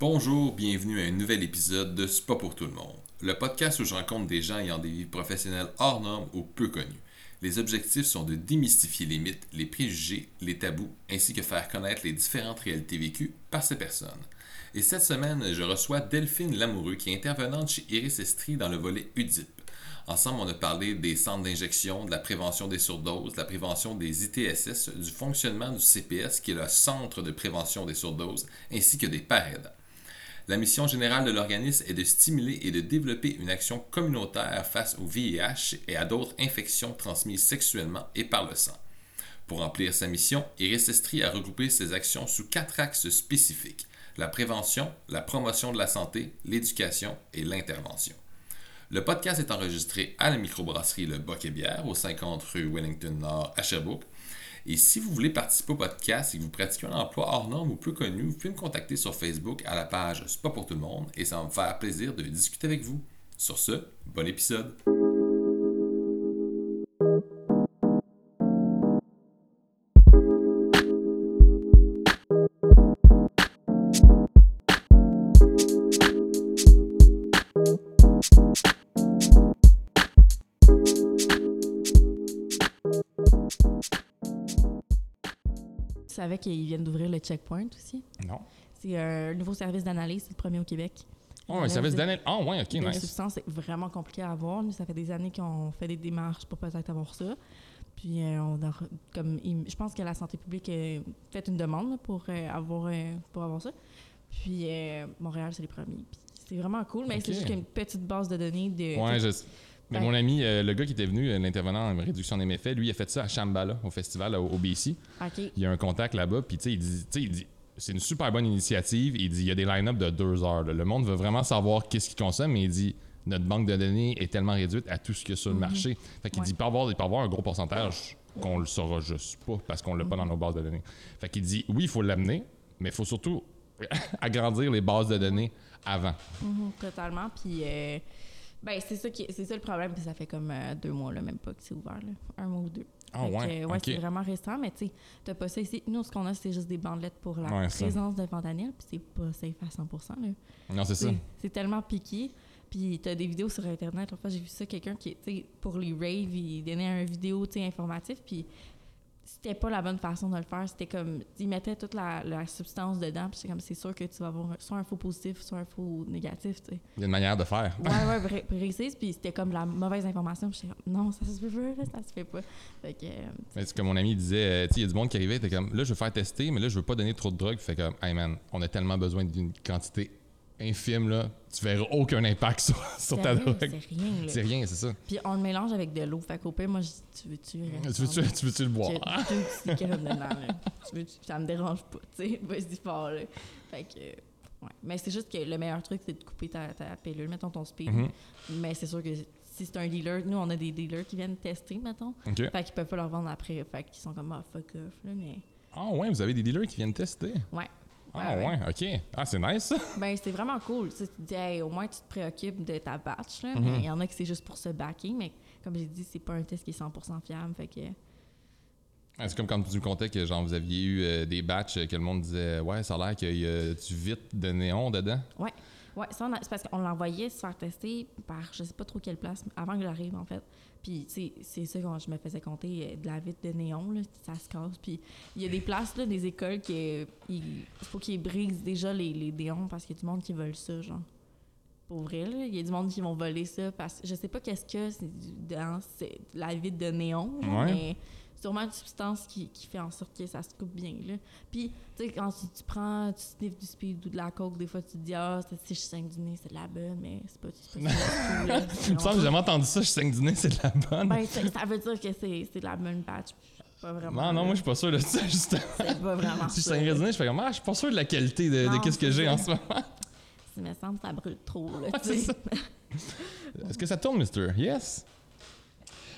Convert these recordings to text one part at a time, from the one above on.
Bonjour, bienvenue à un nouvel épisode de C'est pas pour tout le monde, le podcast où je rencontre des gens ayant des vies professionnelles hors normes ou peu connues. Les objectifs sont de démystifier les mythes, les préjugés, les tabous, ainsi que faire connaître les différentes réalités vécues par ces personnes. Et cette semaine, je reçois Delphine Lamoureux qui est intervenante chez Iris Estrie dans le volet UDIP. Ensemble, on a parlé des centres d'injection, de la prévention des surdoses, de la prévention des ITSS, du fonctionnement du CPS qui est le centre de prévention des surdoses, ainsi que des PARED. La mission générale de l'organisme est de stimuler et de développer une action communautaire face au VIH et à d'autres infections transmises sexuellement et par le sang. Pour remplir sa mission, Iris Estrie a regroupé ses actions sous 4 axes spécifiques: la prévention, la promotion de la santé, l'éducation et l'intervention. Le podcast est enregistré à la microbrasserie Le Boc et Bière, au 50 rue Wellington Nord à Sherbrooke. Et si vous voulez participer au podcast et que vous pratiquez un emploi hors norme ou peu connu, vous pouvez me contacter sur Facebook à la page C'est pas pour tout le monde et ça va me faire plaisir de discuter avec vous. Sur ce, bon épisode! Tu savais qu'ils viennent d'ouvrir le Checkpoint aussi? Non. C'est un nouveau service d'analyse, c'est le premier au Québec. Oh, un service d'analyse. Ah, ouais, ok, des nice. substances, c'est vraiment compliqué à avoir. Nous, ça fait des années qu'on fait des démarches pour peut-être avoir ça. Puis, je pense que la santé publique a fait une demande là, pour avoir ça. Puis, Montréal, c'est les premiers. Puis, c'est vraiment cool, mais c'est juste qu'il y a une petite base de données de... Ouais, mais mon ami, le gars qui était venu, l'intervenant en réduction des méfaits, lui, il a fait ça à Shambhala, au festival, au BC. OK. Il y a un contact là-bas, puis il dit, c'est une super bonne initiative. Il dit, il y a des line-up de 2 heures. Là. Le monde veut vraiment savoir qu'est-ce qu'il consomme, mais il dit, notre banque de données est tellement réduite à tout ce qu'il y a sur le marché. Fait qu'il dit, il peut y avoir un gros pourcentage qu'on le saura juste pas parce qu'on l'a pas dans nos bases de données. Fait qu'il dit, oui, il faut l'amener, mais il faut surtout agrandir les bases de données avant. Totalement. Puis... c'est ça le problème, puis ça fait comme 2 mois, là, même pas que c'est ouvert, là. 1 mois ou 2. Ah ouais, ok. C'est vraiment récent, mais tu sais, t'as pas ça ici. Nous, ce qu'on a, c'est juste des bandelettes pour la présence de fentanyl, puis c'est pas safe à 100%, là. Non, c'est ça. C'est tellement piqué, puis t'as des vidéos sur Internet. L'autre fois, j'ai vu ça, quelqu'un qui, tu sais, pour les raves, il donnait une vidéo, tu sais, informatif, puis c'était pas la bonne façon de le faire. C'était comme, il mettait toute la substance dedans, puis c'est sûr que tu vas avoir soit un faux positif, soit un faux négatif, tu sais. Il y a une manière de faire. Ouais, précise, puis c'était comme la mauvaise information, puis j'étais comme, non, ça se peut pas, ça se fait pas. Fait que... Mais c'est comme mon ami disait, tu sais, il y a du monde qui arrivait, t'es comme, là, je veux faire tester, mais là, je veux pas donner trop de drogue. Fait comme, hey man, on a tellement besoin d'une quantité infime, là, tu verras aucun impact sur ta drogue. C'est rien, là. C'est rien, c'est ça. Puis on le mélange avec de l'eau, fait qu'au pire, moi, je dis, tu veux-tu le boire? Tu veux que dedans, là. Ça me dérange pas, tu sais, vas-y fort, là. Fait que, ouais. Mais c'est juste que le meilleur truc, c'est de couper ta pilule, mettons ton speed. Mais c'est sûr que si c'est un dealer, nous, on a des dealers qui viennent tester, mettons. Fait qu'ils peuvent pas leur vendre après, fait qu'ils sont comme, fuck off, là, mais... Ah ouais, vous avez des dealers qui viennent tester? Ouais. Ah ouais, ok. Ah, c'est nice, ça. C'est vraiment cool. Tu te dis, hey, au moins, tu te préoccupes de ta batch. Là, mais il y en a que c'est juste pour se backer. Mais comme j'ai dit, c'est pas un test qui est 100% fiable. Fait que... C'est comme quand tu me contais que genre, vous aviez eu des batchs que le monde disait, ouais, ça a l'air qu'il y a du vite de néon dedans. Ouais, ça, c'est parce qu'on l'envoyait se faire tester par je sais pas trop quelle place, avant que j'arrive, en fait. Puis, c'est ça quand je me faisais compter de la vitre de néon, là, ça se casse. Puis, il y a des places, là, des écoles qui il faut qu'ils brisent déjà les néons parce qu'il y a du monde qui veulent ça, genre. Pour vrai, là, il y a du monde qui vont voler ça parce que je sais pas qu'est-ce que c'est la vitre de néon, genre, mais sûrement une substance qui fait en sorte que ça se coupe bien, là. Puis, tu sais, quand tu sniffes du speed ou de la coke, des fois, tu te dis, si je saigne du nez, c'est de la bonne, mais c'est pas ça. Il me semble que j'ai jamais entendu ça, je saigne du nez, c'est de la bonne. Ça veut dire que c'est de la bonne batch. Pas vraiment. Non, moi, je suis pas sûr de ça, justement. C'est pas vraiment si je saignerais du nez, je fais comme, je suis pas sûr de la qualité de qu'est-ce que j'ai en ce moment. Ça me semble que ça brûle trop, là, tu sais. Est-ce que ça tourne, Mister? Yes?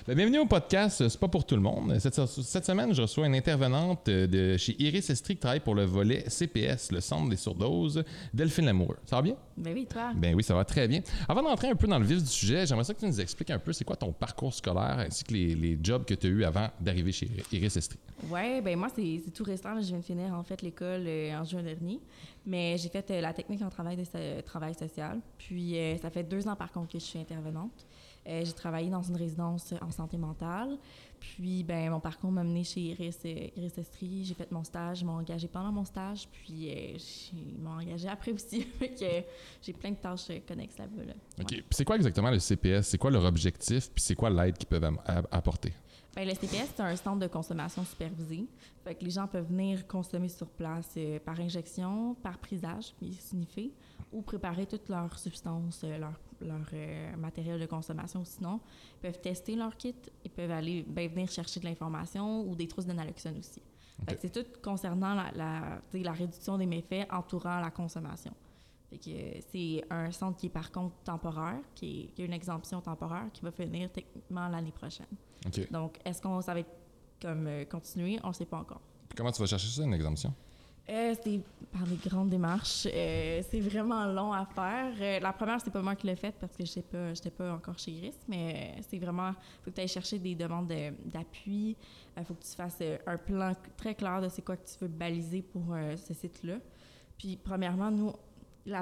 Bienvenue au podcast C'est pas pour tout le monde. Cette semaine, je reçois une intervenante de chez Iris Estrie qui travaille pour le volet CPS, le Centre des surdoses, Delphine Lamoureux. Ça va bien? Ben oui, toi? Ben oui, ça va très bien. Avant d'entrer un peu dans le vif du sujet, j'aimerais ça que tu nous expliques un peu c'est quoi ton parcours scolaire ainsi que les jobs que tu as eus avant d'arriver chez Iris Estrie. Ouais, ben moi, c'est tout récent. Là. Je viens de finir, en fait, l'école en juin dernier. Mais j'ai fait la technique en travail social. Puis, ça fait 2 ans, par contre, que je suis intervenante. J'ai travaillé dans une résidence en santé mentale. Puis, ben mon parcours m'a mené chez Iris Estrie. J'ai fait mon stage, ils m'ont engagé pendant mon stage. Puis, ils m'ont engagé après aussi. Fait j'ai plein de tâches connexes là-bas. Là. OK. Ouais. Puis c'est quoi exactement le CPS? C'est quoi leur objectif? Puis c'est quoi l'aide qu'ils peuvent apporter? Bien, le CPS, c'est un centre de consommation supervisé. Fait que les gens peuvent venir consommer sur place par injection, par prisage, puis sniffer, ou préparer toutes leurs substances, leur matériel de consommation. Sinon, ils peuvent tester leur kit, ils peuvent aller venir chercher de l'information ou des trousses de naloxone aussi. Okay. Fait que c'est tout concernant la réduction des méfaits entourant la consommation. Fait que c'est un centre qui est par contre temporaire, qui a une exemption temporaire qui va finir techniquement l'année prochaine. Okay. Donc, est-ce qu'on ça va être comme continuer? On ne sait pas encore. Puis comment tu vas chercher ça, une exemption? C'est par des grandes démarches. C'est vraiment long à faire. La première, c'est pas moi qui l'ai faite parce que je n'étais pas encore chez Iris, mais c'est vraiment, faut que tu ailles chercher des demandes d'appui. Il faut que tu fasses un plan très clair de c'est quoi que tu veux baliser pour ce site-là. Puis, premièrement, nous, le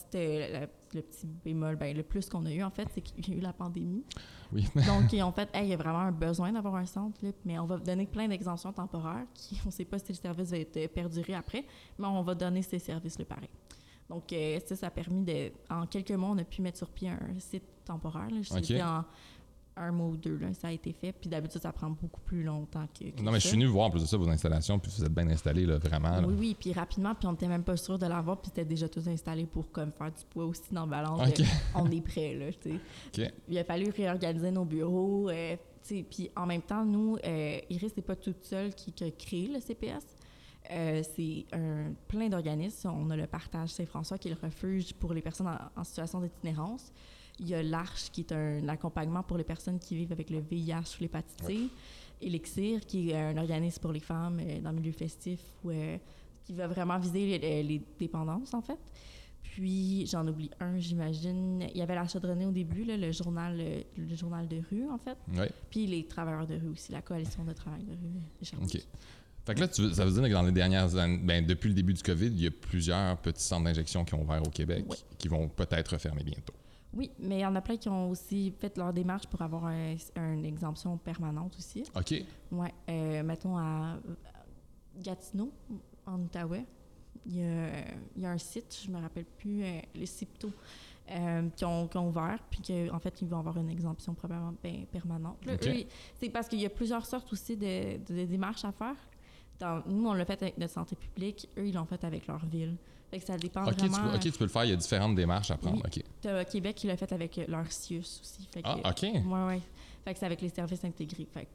petit bémol, le plus qu'on a eu, en fait, c'est qu'il y a eu la pandémie. Oui. Donc, ils ont fait, il y a vraiment un besoin d'avoir un centre, là, mais on va donner plein d'exemptions temporaires on ne sait pas si le service va être perduré après, mais on va donner ces services-là pareil. Donc, ça a permis en quelques mois, on a pu mettre sur pied un site temporaire. Là. Je sais en 1 mois ou 2, là, ça a été fait. Puis d'habitude, ça prend beaucoup plus longtemps que non, mais je suis venu voir en plus de ça vos installations, puis vous êtes bien installés, là, vraiment. Là. Oui, puis rapidement, puis on n'était même pas sûr de l'avoir, puis c'était déjà tous installés pour comme faire du poids aussi dans le balance. Okay. On est prêts, là, tu sais. Okay. Il a fallu réorganiser nos bureaux, puis en même temps, nous, Iris n'est pas toute seule qui a créé le CPS. C'est plein d'organismes. On a le Partage Saint-François, qui est le refuge pour les personnes en situation d'itinérance. Il y a l'Arche, qui est un accompagnement pour les personnes qui vivent avec le VIH ou l'hépatite C. Ouais. Elixir, qui est un organisme pour les femmes dans le milieu festif, qui va vraiment viser les dépendances, en fait. Puis, j'en oublie un, j'imagine. Il y avait la Chaudronnée au début, là, le journal de rue, en fait. Ouais. Puis les travailleurs de rue aussi, la coalition de travail de rue de Sherbrooke. OK. Fait que là, ça veut dire que dans les dernières années, depuis le début du COVID, il y a plusieurs petits centres d'injection qui ont ouvert au Québec, qui vont peut-être fermer bientôt. Oui, mais il y en a plein qui ont aussi fait leur démarche pour avoir une exemption permanente aussi. OK. Oui. Mettons à Gatineau, en Outaouais, il y a un site, je ne me rappelle plus, les CIPTO, qui ont ouvert, puis qu'en fait, ils vont avoir une exemption probablement permanente. Là, okay. Eux, c'est parce qu'il y a plusieurs sortes aussi de démarches à faire. Nous, on l'a fait avec notre santé publique. Eux, ils l'ont fait avec leur ville. Fait que ça dépend vraiment... Tu peux le faire. Il y a différentes démarches à prendre. Oui. Okay. T'as Québec qui l'a fait avec leur CIUS aussi. Fait que, OK. Oui. Fait que c'est avec les services intégrés. Fait que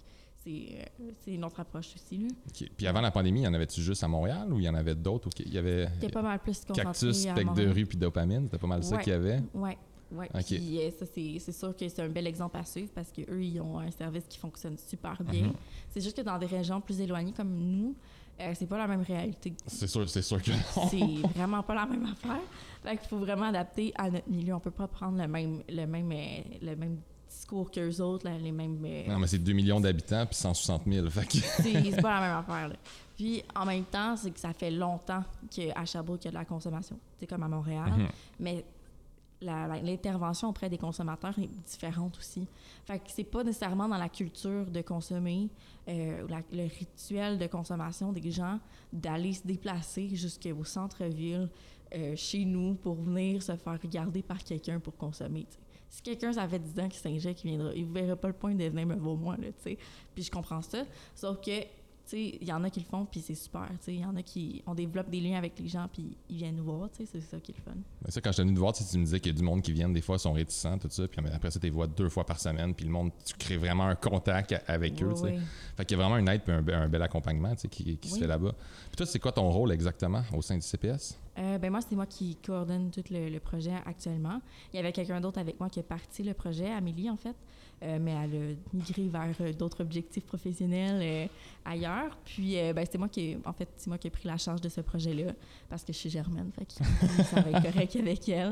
c'est une autre approche aussi. Là. OK. Puis avant la pandémie, y en avait-tu juste à Montréal ou il y en avait d'autres? Il y avait pas mal plus Cactus, Spec de rue puis Dopamine. C'était pas mal ça qu'il y avait? Oui. Okay. Puis ça, c'est sûr que c'est un bel exemple à suivre parce qu'eux, ils ont un service qui fonctionne super bien. C'est juste que dans des régions plus éloignées comme nous, c'est pas la même réalité. C'est sûr que non. C'est vraiment pas la même affaire. Fait qu'il faut vraiment adapter à notre milieu. On peut pas prendre le même discours qu'eux autres, là, les mêmes... Non, mais c'est 2 millions d'habitants puis 160 000. Fait que... c'est pas la même affaire, là. Puis, en même temps, c'est que ça fait longtemps qu'à Sherbrooke, il y a de la consommation. C'est comme à Montréal. Mais l'intervention auprès des consommateurs est différente aussi. Fait que c'est pas nécessairement dans la culture de consommer, le rituel de consommation des gens, d'aller se déplacer jusqu'au centre-ville, chez nous, pour venir se faire regarder par quelqu'un pour consommer, t'sais. Si quelqu'un, ça fait 10 ans qu'il s'injecte, il ne verra pas le point de venir me voir moi, là, tu sais. Puis je comprends ça. Sauf que, tu sais, il y en a qui le font, puis c'est super, tu sais. Il y en a qui... On développe des liens avec les gens, puis ils viennent nous voir, tu sais. C'est ça qui est le fun. Mais ça, quand je suis venu te voir, tu me disais qu'il y a du monde qui viennent, des fois, sont réticents, tout ça. Puis après ça, tu les vois 2 fois par semaine, puis le monde, tu crées vraiment un contact avec eux, tu sais. Fait qu'il y a vraiment une aide, puis un bel accompagnement, tu sais, qui se fait là-bas. Puis toi, c'est quoi ton rôle exactement au sein du CPS? Ben moi, c'est moi qui coordonne tout le projet actuellement. Il y avait quelqu'un d'autre avec moi qui a parti le projet, Amélie, en fait, mais elle a migré vers d'autres objectifs professionnels ailleurs. Puis, ben, c'est moi qui ai pris la charge de ce projet-là parce que je suis germaine, fait que ça va être correct avec elle.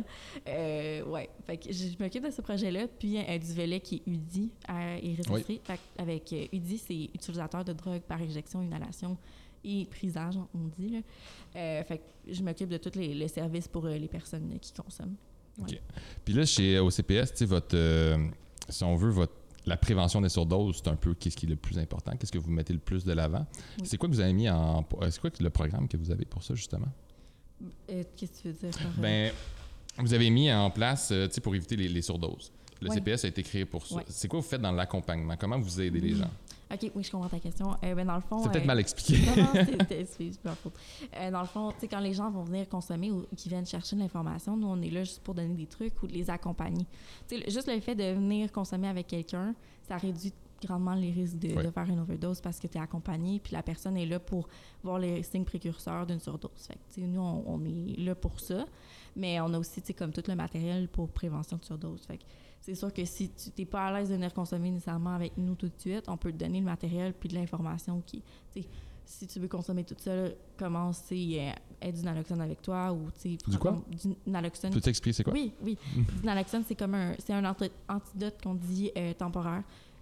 Ouais, fait que je m'occupe de ce projet-là. Puis, du volet qui est UDI et résistré. Fait avec UDI, c'est utilisateur de drogue par injection, inhalation et prisage, on dit. Là. Fait que je m'occupe de tous les services pour les personnes qui consomment. Ouais. OK. Puis là, au CPS, tu sais, si on veut, la prévention des surdoses, c'est un peu qu'est-ce qui est le plus important, qu'est-ce que vous mettez le plus de l'avant. Oui. C'est quoi que vous avez mis c'est quoi le programme que vous avez pour ça, justement? Qu'est-ce que tu veux dire par... Ben, vous avez mis en place, tu sais, pour éviter les surdoses. Le Oui. CPS a été créé pour ça. Oui. C'est quoi vous faites dans l'accompagnement? Comment vous aidez les gens? OK, oui, je comprends ta question. Ben dans le fond... C'est peut-être mal expliqué. Non, c'est pas faute. Dans le fond, tu sais, quand les gens vont venir consommer ou qui viennent chercher de l'information, nous, on est là juste pour donner des trucs ou de les accompagner. Tu sais, juste le fait de venir consommer avec quelqu'un, ça réduit grandement les risques de faire une overdose parce que tu es accompagné, puis la personne est là pour voir les signes précurseurs d'une surdose. Fait que, tu sais, nous, on est là pour ça, mais on a aussi, tu sais, comme tout le matériel pour prévention de surdose. Fait que c'est sûr que si tu n'es pas à l'aise de venir consommer nécessairement avec nous tout de suite, on peut te donner le matériel puis de l'information qui, tu sais, si tu veux consommer toute seule, commence, tu sais, aide du naloxone avec toi ou, tu sais... Du quoi? Du naloxone. Tu peux t'expliquer c'est quoi? Oui. Du naloxone, c'est comme un antidote qu'on dit temporaire.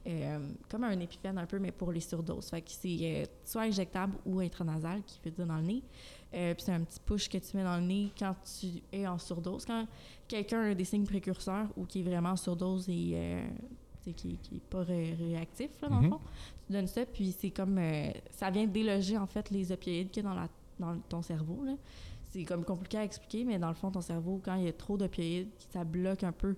Comme un épipène un peu, mais pour les surdoses. Fait que c'est soit injectable ou intranasal, qui veut dire dans le nez. Puis c'est un petit push que tu mets dans le nez quand tu es en surdose. Quand quelqu'un a des signes précurseurs ou qui est vraiment en surdose et qui n'est pas réactif, là, dans le fond, tu donnes ça, puis c'est comme... ça vient déloger, en fait, les opioïdes qu'il y a dans ton cerveau, là. C'est comme compliqué à expliquer, mais dans le fond, ton cerveau, quand il y a trop d'opioïdes, ça bloque un peu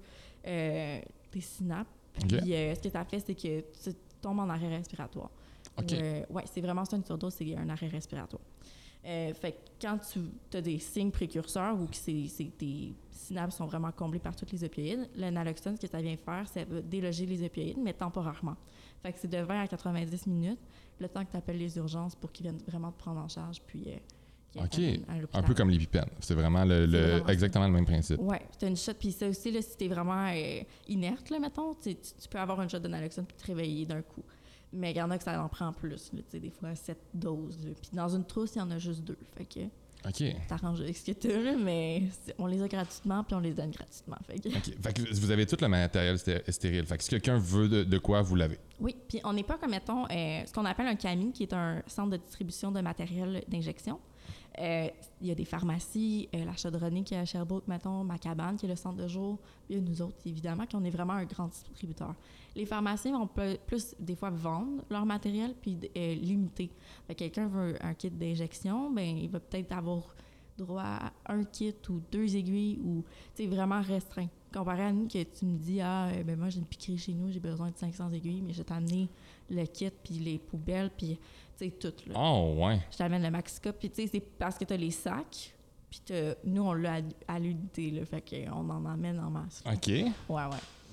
tes synapses. Puis ce que ça fait, c'est que tu tombes en arrêt respiratoire. OK. Oui, c'est vraiment ça, une surdose, c'est un arrêt respiratoire. Fait que quand tu as des signes précurseurs ou que tes synapses sont vraiment comblées par toutes les opioïdes, le naloxone, ce que ça vient faire, c'est déloger les opioïdes, mais temporairement. Fait que c'est de 20 à 90 minutes, le temps que tu appelles les urgences pour qu'ils viennent vraiment te prendre en charge, puis... OK. Un peu comme l'épipène. C'est vraiment exactement le même principe. Oui, tu as une shot. Puis ça aussi, là, si tu es vraiment inerte, là, mettons, tu peux avoir une shot de naloxone puis te réveiller d'un coup. Mais il y en a que ça en prend plus. Là, des fois, 7 doses. Puis dans une trousse, il y en a juste 2. Fait que t'arranges avec ce que tu as, mais on les a gratuitement puis on les donne gratuitement. Fait que... OK. Fait que vous avez tout le matériel stérile. Fait que si quelqu'un veut de quoi, vous l'avez. Oui. Puis on n'est pas comme, mettons, ce qu'on appelle un CAMI, qui est un centre de distribution de matériel d'injection. Il y a des pharmacies, la Chaudronnerie qui est à Sherbrooke, mettons, ma cabane qui est le centre de jour. Il y a nous autres, évidemment, qu'on est vraiment un grand distributeur. Les pharmacies vont plus, des fois, vendre leur matériel puis limiter. Quelqu'un veut un kit d'injection, ben il va peut-être avoir droit à un kit ou 2 aiguilles ou, tu sais, vraiment restreint. Comparé à nous, que tu me dis, ben moi, j'ai une piqûre chez nous, j'ai besoin de 500 aiguilles, mais je vais t'amener le kit puis les poubelles puis... tu sais, tout, là. Oh, ouais. Je t'amène le Maxicop, puis tu sais, c'est parce que t'as les sacs, puis nous, on l'a à l'unité, là, fait qu'on en amène en masse. Là. OK. Ouais. OK.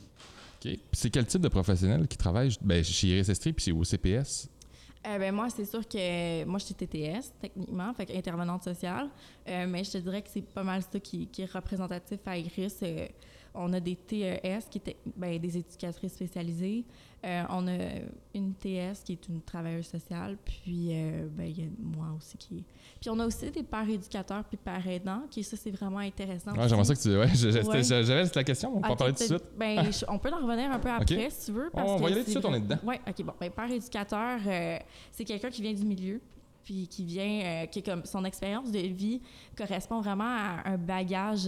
Puis c'est quel type de professionnel qui travaille chez Iris Estrie puis au CPS? Ben moi, c'est sûr que moi, je suis TTS, techniquement, fait intervenante sociale, mais je te dirais que c'est pas mal ça qui est représentatif à Iris. On a des TES qui étaient des éducatrices spécialisées. On a une TS qui est une travailleuse sociale. Puis, il y a moi aussi qui est... Puis, on a aussi des pères éducateurs puis pères aidants, qui ça, c'est vraiment intéressant. Ouais, j'aimerais ça que tu... Ouais, j'avais la question, on peut en parler tout de suite. On peut en revenir un peu après, si tu veux. Parce on va y aller tout de suite, on est dedans. Oui, OK, bon. Père éducateur, c'est quelqu'un qui vient du milieu, puis qui vient, qui est comme son expérience de vie correspond vraiment à un bagage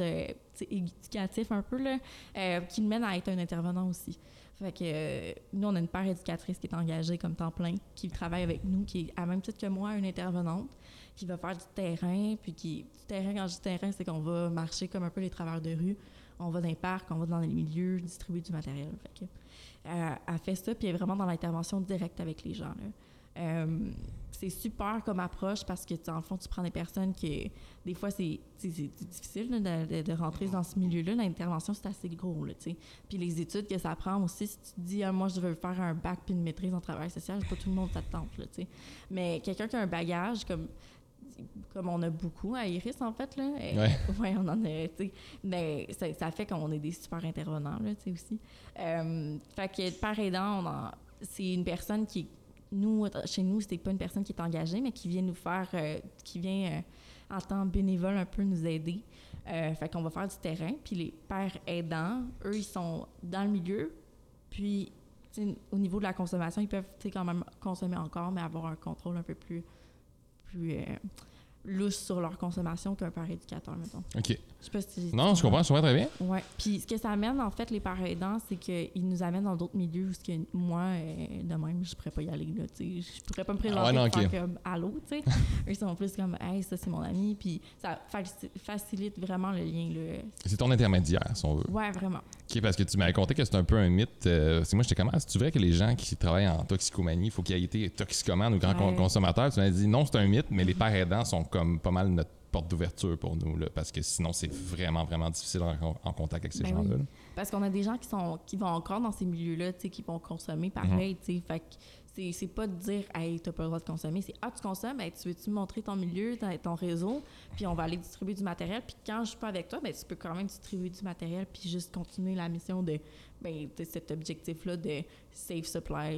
éducatif un peu, là, qui le mène à être un intervenant aussi. Fait que nous, on a une père éducatrice qui est engagée comme temps plein, qui travaille avec nous, qui est à même titre que moi, une intervenante, qui va faire du terrain, puis du terrain, quand je dis terrain, c'est qu'on va marcher comme un peu les travailleurs de rue. On va dans les parcs, on va dans les milieux, distribuer du matériel. Fait que, elle fait ça, puis elle est vraiment dans l'intervention directe avec les gens, là. C'est super comme approche parce que, en le fond, tu prends des personnes qui, des fois, c'est difficile là, de rentrer dans ce milieu-là. L'intervention, c'est assez gros, là, tu sais. Puis les études que ça prend aussi, si tu te dis, moi, je veux faire un bac puis une maîtrise en travail social, c'est pas tout le monde ça te tente, là, tu sais. Mais quelqu'un qui a un bagage, comme comme on a beaucoup à Iris, en fait, là. Ouais, on en a, tu sais. Mais ça fait qu'on est des super intervenants, là, tu sais, aussi. Fait que le père aidant, c'est une personne qui... chez nous, c'est pas une personne qui est engagée, mais qui vient nous faire... qui vient, en temps bénévole, un peu nous aider. Fait qu'on va faire du terrain. Puis les pères aidants, eux, ils sont dans le milieu. Puis, au niveau de la consommation, ils peuvent quand même consommer encore, mais avoir un contrôle un peu plus lousse sur leur consommation qu'un père éducateur, mettons. OK. Je sais pas si... Non, je comprends très bien. Oui. Puis ce que ça amène, en fait, les pères aidants, c'est qu'ils nous amènent dans d'autres milieux où ce que moi, de même, je pourrais pas y aller, là, tu sais. Je pourrais pas me présenter et faire comme « Allô », tu sais. Eux, ils sont plus comme « Hey, ça, c'est mon ami », puis ça facilite vraiment le lien, là. C'est ton intermédiaire, si on veut. Ouais, vraiment. OK, parce que tu m'avais conté que c'est un peu un mythe. C'est moi, j'étais comment? C'est vrai que les gens qui travaillent en toxicomanie, il faut qu'ils aient été toxicomanes ou grands consommateurs? Tu m'avais dit non, c'est un mythe, mais les pères aidants sont comme pas mal notre porte d'ouverture pour nous, là, parce que sinon, c'est vraiment, vraiment difficile en contact avec ces gens-là. Oui. Parce qu'on a des gens qui vont encore dans ces milieux-là, tu sais, qui vont consommer pareil, tu sais. Fait que c'est pas de dire, hey, t'as pas le droit de consommer. C'est, tu consommes, hey, tu veux-tu montrer ton milieu, ton réseau, puis on va aller distribuer du matériel. Puis quand je suis pas avec toi, ben, tu peux quand même distribuer du matériel, puis juste continuer la mission de cet objectif-là de safe supply,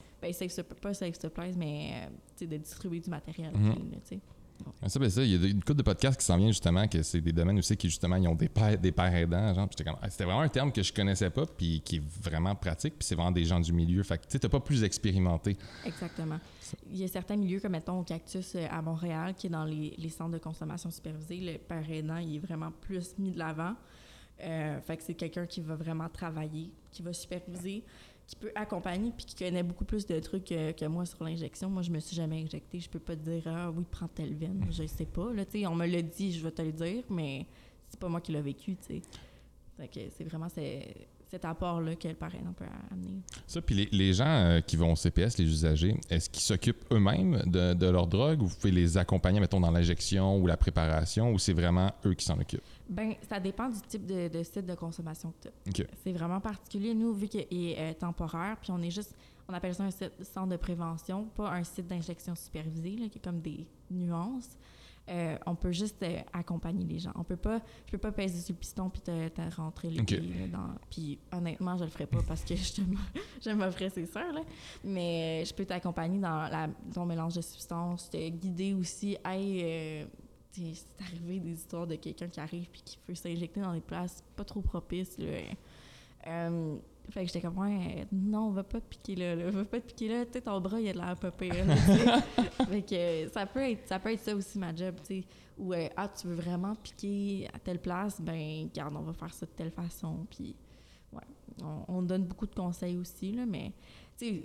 pas safe supplies, mais de distribuer du matériel, tu sais. Ça, il y a une couple de podcasts qui s'en viennent justement, que c'est des domaines aussi qui justement ils ont des pères aidants, genre, c'était vraiment un terme que je connaissais pas puis qui est vraiment pratique, puis c'est vraiment des gens du milieu, fait que tu sais, t'as pas plus expérimenté. Exactement. Il y a certains milieux comme mettons au Cactus à Montréal qui est dans les centres de consommation supervisés, le père aidant il est vraiment plus mis de l'avant, fait que c'est quelqu'un qui va vraiment travailler, qui va superviser, qui peut accompagner puis qui connaît beaucoup plus de trucs que moi sur l'injection. Moi, je me suis jamais injectée. Je peux pas te dire « Ah oui, prends telle veine ». Je sais pas. Là, on me l'a dit, je vais te le dire, mais c'est pas moi qui l'ai vécu. T'sais. Fait que c'est vraiment cet apport-là que le parrain peut amener. Ça, puis les gens qui vont au CPS, les usagers, est-ce qu'ils s'occupent eux-mêmes de leur drogue ou vous pouvez les accompagner, mettons, dans l'injection ou la préparation, ou c'est vraiment eux qui s'en occupent? Bien, ça dépend du type de site de consommation que tu as. Okay. C'est vraiment particulier. Nous, vu qu'il est temporaire, puis on appelle ça un centre de prévention, pas un site d'injection supervisé, là, qui est comme des nuances. On peut juste accompagner les gens. Je peux pas peser sur le piston puis te rentrer les pieds dans. Puis honnêtement, je le ferai pas parce que je m'offrais, c'est sûr, là. Mais je peux t'accompagner dans ton mélange de substances, te guider aussi. C'est arrivé des histoires de quelqu'un qui arrive puis qui veut s'injecter dans des places pas trop propices, là. Fait que j'étais comme, non, va pas te piquer là, va pas te piquer là, tu sais, ton bras, il a de l'air pas pire, là, fait que ça peut être ça aussi, ma job, tu sais, où, tu veux vraiment piquer à telle place, ben, regarde, on va faire ça de telle façon, puis, ouais, on donne beaucoup de conseils aussi, là, mais, tu sais,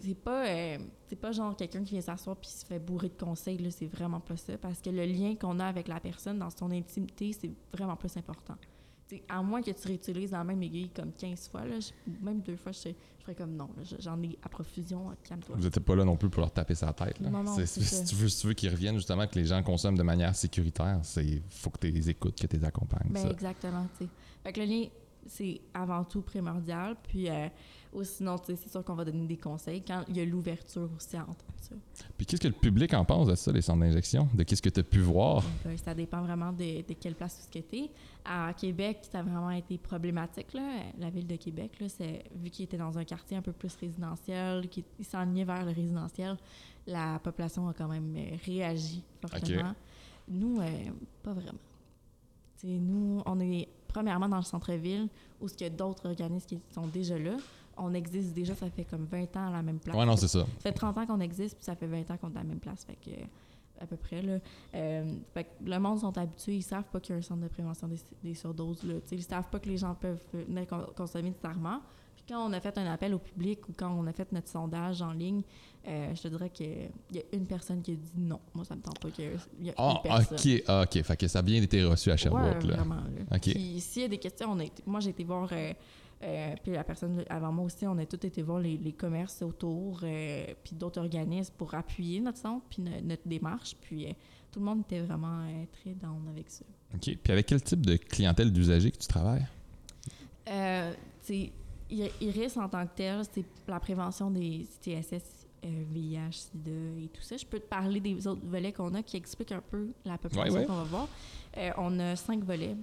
c'est pas genre quelqu'un qui vient s'asseoir puis se fait bourrer de conseils, là, c'est vraiment pas ça, parce que le lien qu'on a avec la personne dans son intimité, c'est vraiment plus important. T'sais, à moins que tu réutilises la même aiguille comme 15 fois, là, même 2 fois, je ferais comme non, là, j'en ai à profusion, calme-toi. Vous n'êtes pas là non plus pour leur taper sa tête. Là. Non, si tu veux qu'ils reviennent justement, que les gens consomment de manière sécuritaire, il faut que tu les écoutes, que tu les accompagnes. Ben, exactement. T'sais. Fait que le lien, c'est avant tout primordial. Puis ou sinon, c'est sûr qu'on va donner des conseils quand il y a l'ouverture aussi entre ça. Puis qu'est-ce que le public en pense de ça, les centres d'injection? De qu'est-ce que tu as pu voir? Ben, ça dépend vraiment de quelle place tu es. À Québec, ça a vraiment été problématique. Là. La ville de Québec, là, vu qu'il était dans un quartier un peu plus résidentiel, qu'il s'enlignait vers le résidentiel, la population a quand même réagi fortement. Okay. Nous, pas vraiment. T'sais, nous, on est premièrement dans le centre-ville où il y a d'autres organismes qui sont déjà là. On existe déjà, ça fait comme 20 ans à la même place. Ouais, non, c'est ça. Ça fait 30 ans qu'on existe, puis ça fait 20 ans qu'on est à la même place. Fait que, à peu près, là. Fait que le monde sont habitués, ils savent pas qu'il y a un centre de prévention des surdoses, là. T'sais, ils savent pas que les gens peuvent venir consommer nécessairement. Puis quand on a fait un appel au public ou quand on a fait notre sondage en ligne, je te dirais qu'il y a une personne qui a dit non. Moi, ça me tente pas qu'il y a une personne. OK. Fait que ça a bien été reçu à Sherbrooke, là. Vraiment, là. Okay. Puis s'il y a des questions, moi, j'ai été voir... puis la personne avant moi aussi, on a tous été voir les commerces autour, puis d'autres organismes pour appuyer notre centre, puis notre démarche. Puis tout le monde était vraiment très down avec ça. OK. Puis avec quel type de clientèle d'usagers que tu travailles? Iris, en tant que tel, c'est la prévention des TSS VIH, SIDA et tout ça. Je peux te parler des autres volets qu'on a qui expliquent un peu la population qu'on va voir. On a 5 volets.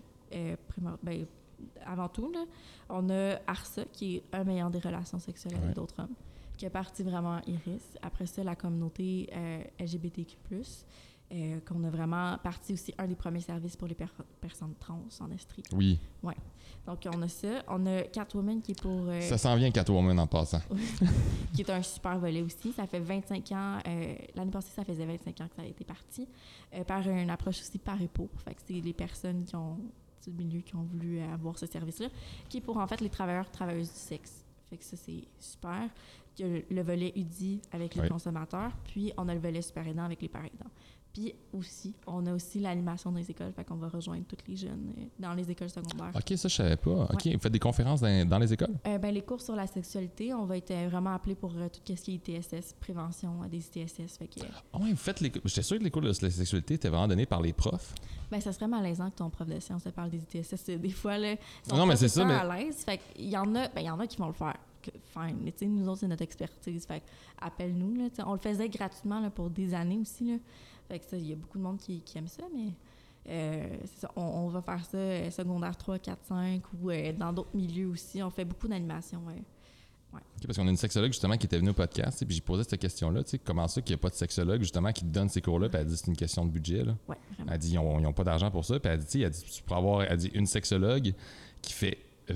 Avant tout, là, on a ARSA, qui est un meilleur des relations sexuelles avec d'autres hommes, qui est parti vraiment Iris. Après ça, la communauté LGBTQ+, qu'on a vraiment parti aussi un des premiers services pour les personnes trans en Estrie. Oui. Ouais. Donc, on a ça. On a Catwoman qui est pour... Ça s'en vient Catwoman en passant. qui est un super volet aussi. Ça fait 25 ans... l'année passée, ça faisait 25 ans que ça a été parti. Par une approche aussi par et pour. Fait que c'est les personnes qui ont du milieu qui ont voulu avoir ce service-là, qui est pour, en fait, les travailleuses du sexe. Fait que ça, c'est super. Il y a le volet UDI avec les consommateurs, puis on a le volet super aidant avec les parents aidants. Puis aussi, on a aussi l'animation dans les écoles, fait qu'on va rejoindre tous les jeunes dans les écoles secondaires. OK, ça, je savais pas. OK, vous faites des conférences dans les écoles? Les cours sur la sexualité, on va être vraiment appelés pour tout ce qui est ITSS, prévention des ITSS. Fait que, oui, vous faites les... J'étais sûr que les cours de la sexualité étaient vraiment donnés par les profs. Ça serait malaisant que ton prof de sciences te parle des ITSS. Des fois, là, non, mais c'est ça, mais... à l'aise. Fait qu'il y en a qui vont le faire. Fine. Mais nous autres, c'est notre expertise. Fait appelle-nous. Là, on le faisait gratuitement là, pour des années aussi. Là. Fait que ça, il y a beaucoup de monde qui aime ça, mais c'est ça. On va faire ça secondaire 3, 4, 5 ou dans d'autres milieux aussi. On fait beaucoup d'animation. Ouais. Okay, parce qu'on a une sexologue justement qui était venue au podcast, puis j'ai posé cette question-là, comment ça qu'il n'y a pas de sexologue justement qui te donne ces cours-là, puis elle dit c'est une question de budget. Là. Ouais, vraiment. Elle dit ils n'ont pas d'argent pour ça, puis elle dit tu pourrais avoir une sexologue qui fait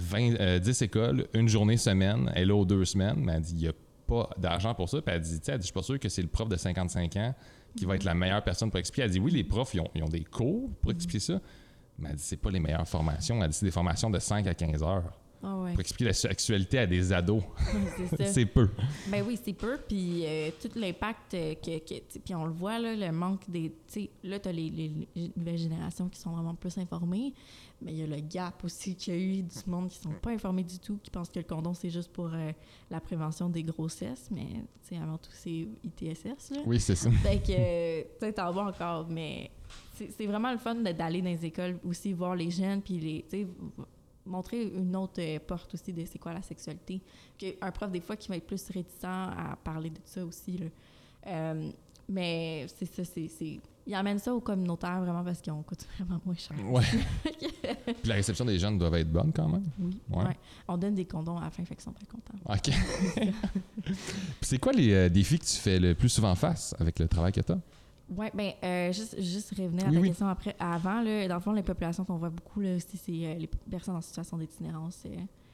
10 écoles, une journée semaine, elle est là aux 2 semaines, mais elle dit il n'y a pas d'argent pour ça, puis elle dit je suis pas sûr que c'est le prof de 55 ans qui va être la meilleure personne pour expliquer. Elle dit oui, les profs, ils ont des cours pour expliquer ça, mais elle dit c'est pas les meilleures formations. Elle dit c'est des formations de 5 à 15 heures. Pour expliquer la sexualité à des ados. C'est peu. Ben oui, c'est peu. Puis tout l'impact puis on le voit, là, le manque des... Là, tu as les nouvelles générations qui sont vraiment plus informées, mais il y a le gap aussi qu'il y a eu du monde qui sont pas informés du tout, qui pensent que le condom, c'est juste pour la prévention des grossesses, mais avant tout, c'est ITSS. Là. Oui, c'est ça. Fait que peut-être en vois encore, mais c'est vraiment le fun d'aller dans les écoles aussi, voir les jeunes, puis montrer une autre porte aussi de c'est quoi la sexualité. Un prof, des fois, qui va être plus réticent à parler de ça aussi. Là. Mais c'est ça, ils amènent ça aux communautaires vraiment parce qu'ils coûtent vraiment moins cher. Ouais. Puis la réception des jeunes doit être bonne quand même. Oui. Ouais. On donne des condoms à la fin, fait qu'ils sont très contents. OK. Puis c'est quoi les défis que tu fais le plus souvent face avec le travail que tu as? Oui, juste revenir à ta question avant, là, dans le fond, les populations qu'on voit beaucoup, là, aussi, c'est les personnes en situation d'itinérance.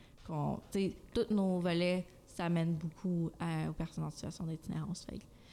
Tous nos volets, ça amène beaucoup aux personnes en situation d'itinérance.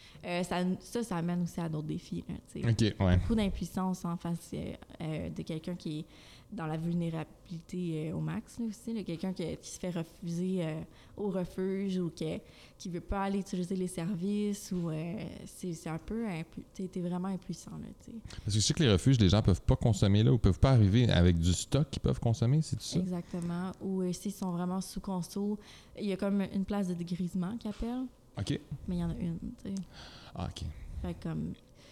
Ça amène aussi à d'autres défis. Là, OK, ouais. Beaucoup d'impuissance en face de quelqu'un qui est dans la vulnérabilité au max, là, aussi. Là, quelqu'un qui se fait refuser au refuge ou qui ne veut pas aller utiliser les services. Ou c'est un peu... t'es vraiment impuissant. Là, parce que je sais que les refuges, les gens ne peuvent pas consommer là ou ne peuvent pas arriver avec du stock qu'ils peuvent consommer, c'est tout ça? Exactement. Ou s'ils sont vraiment sous conso, il y a comme une place de dégrisement qu'ils appellent. OK. Mais il y en a une, tu sais. Ah, OK. Fait comme...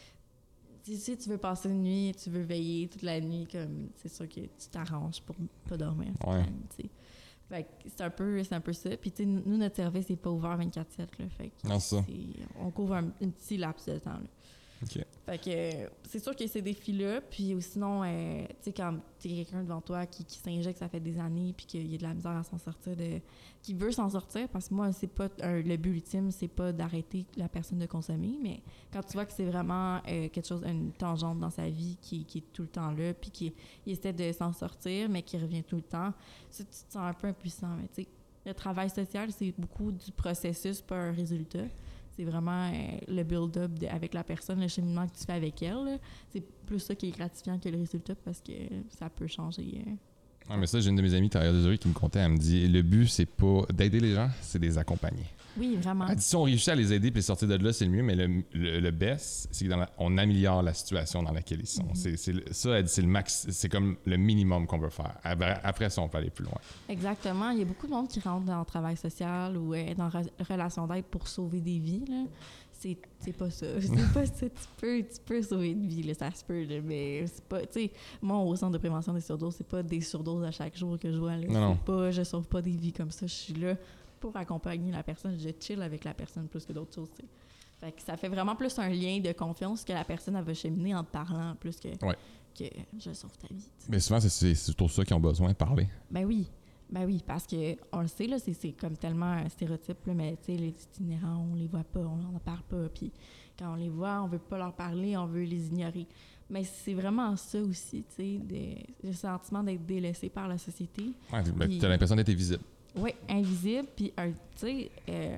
Si tu veux passer une nuit, tu veux veiller toute la nuit, comme c'est sûr que tu t'arranges pour pas dormir. Ouais. Fait que c'est un peu ça. Puis tu sais, nous, notre service n'est pas ouvert 24/7, là. Fait que non, ça. on couvre un petit laps de temps, là. OK. Fait que c'est sûr qu'il y a ces défis-là. Puis sinon, tu sais, quand t'es quelqu'un devant toi qui s'injecte, ça fait des années, puis qu'il y a de la misère à s'en sortir, qui veut s'en sortir, parce que moi, c'est pas le but ultime, c'est pas d'arrêter la personne de consommer, mais quand tu vois que c'est vraiment quelque chose, une tangente dans sa vie qui est tout le temps là, puis qui essaie de s'en sortir, mais qui revient tout le temps, ça, tu te sens un peu impuissant. Mais tu sais, le travail social, c'est beaucoup du processus, pas un résultat. C'est vraiment le build-up avec la personne, le cheminement que tu fais avec elle. Là. C'est plus ça qui est gratifiant que le résultat parce que ça peut changer. Ouais, mais ça, j'ai une de mes amies, Taria Desirée, qui me contait, elle me dit le but, c'est pas d'aider les gens, c'est de les accompagner. Oui, vraiment. Elle dit si on réussit à les aider et les sortir de là, c'est le mieux, mais le best, c'est qu'on améliore la situation dans laquelle ils sont. Mm-hmm. Ça, elle dit, c'est le max, c'est comme le minimum qu'on veut faire. Après ça, on peut aller plus loin. Exactement. Il y a beaucoup de monde qui rentre dans le travail social ou dans relation d'aide pour sauver des vies, là. C'est pas ça. C'est pas ça. Tu peux sauver une vie, là, ça se peut, là, mais c'est pas... Tu sais, moi, au centre de prévention des surdoses, c'est pas des surdoses à chaque jour que je vois, là. Non. C'est pas... Je sauve pas des vies comme ça. Je suis là pour accompagner la personne, je chill avec la personne plus que d'autres choses, tu sais. Fait que ça fait vraiment plus un lien de confiance que la personne, elle va cheminer en te parlant plus que je sauve ta vie. T'sais. Mais souvent, c'est pour ça qu'ils ont besoin de parler. Ben oui, parce que on le sait, là, c'est comme tellement un stéréotype, là, mais tu sais, les itinérants, on les voit pas, on n'en parle pas, puis quand on les voit, on veut pas leur parler, on veut les ignorer. Mais c'est vraiment ça aussi, tu sais, le sentiment d'être délaissé par la société. Ouais, t'as l'impression d'être invisible. Oui, invisible, puis tu sais,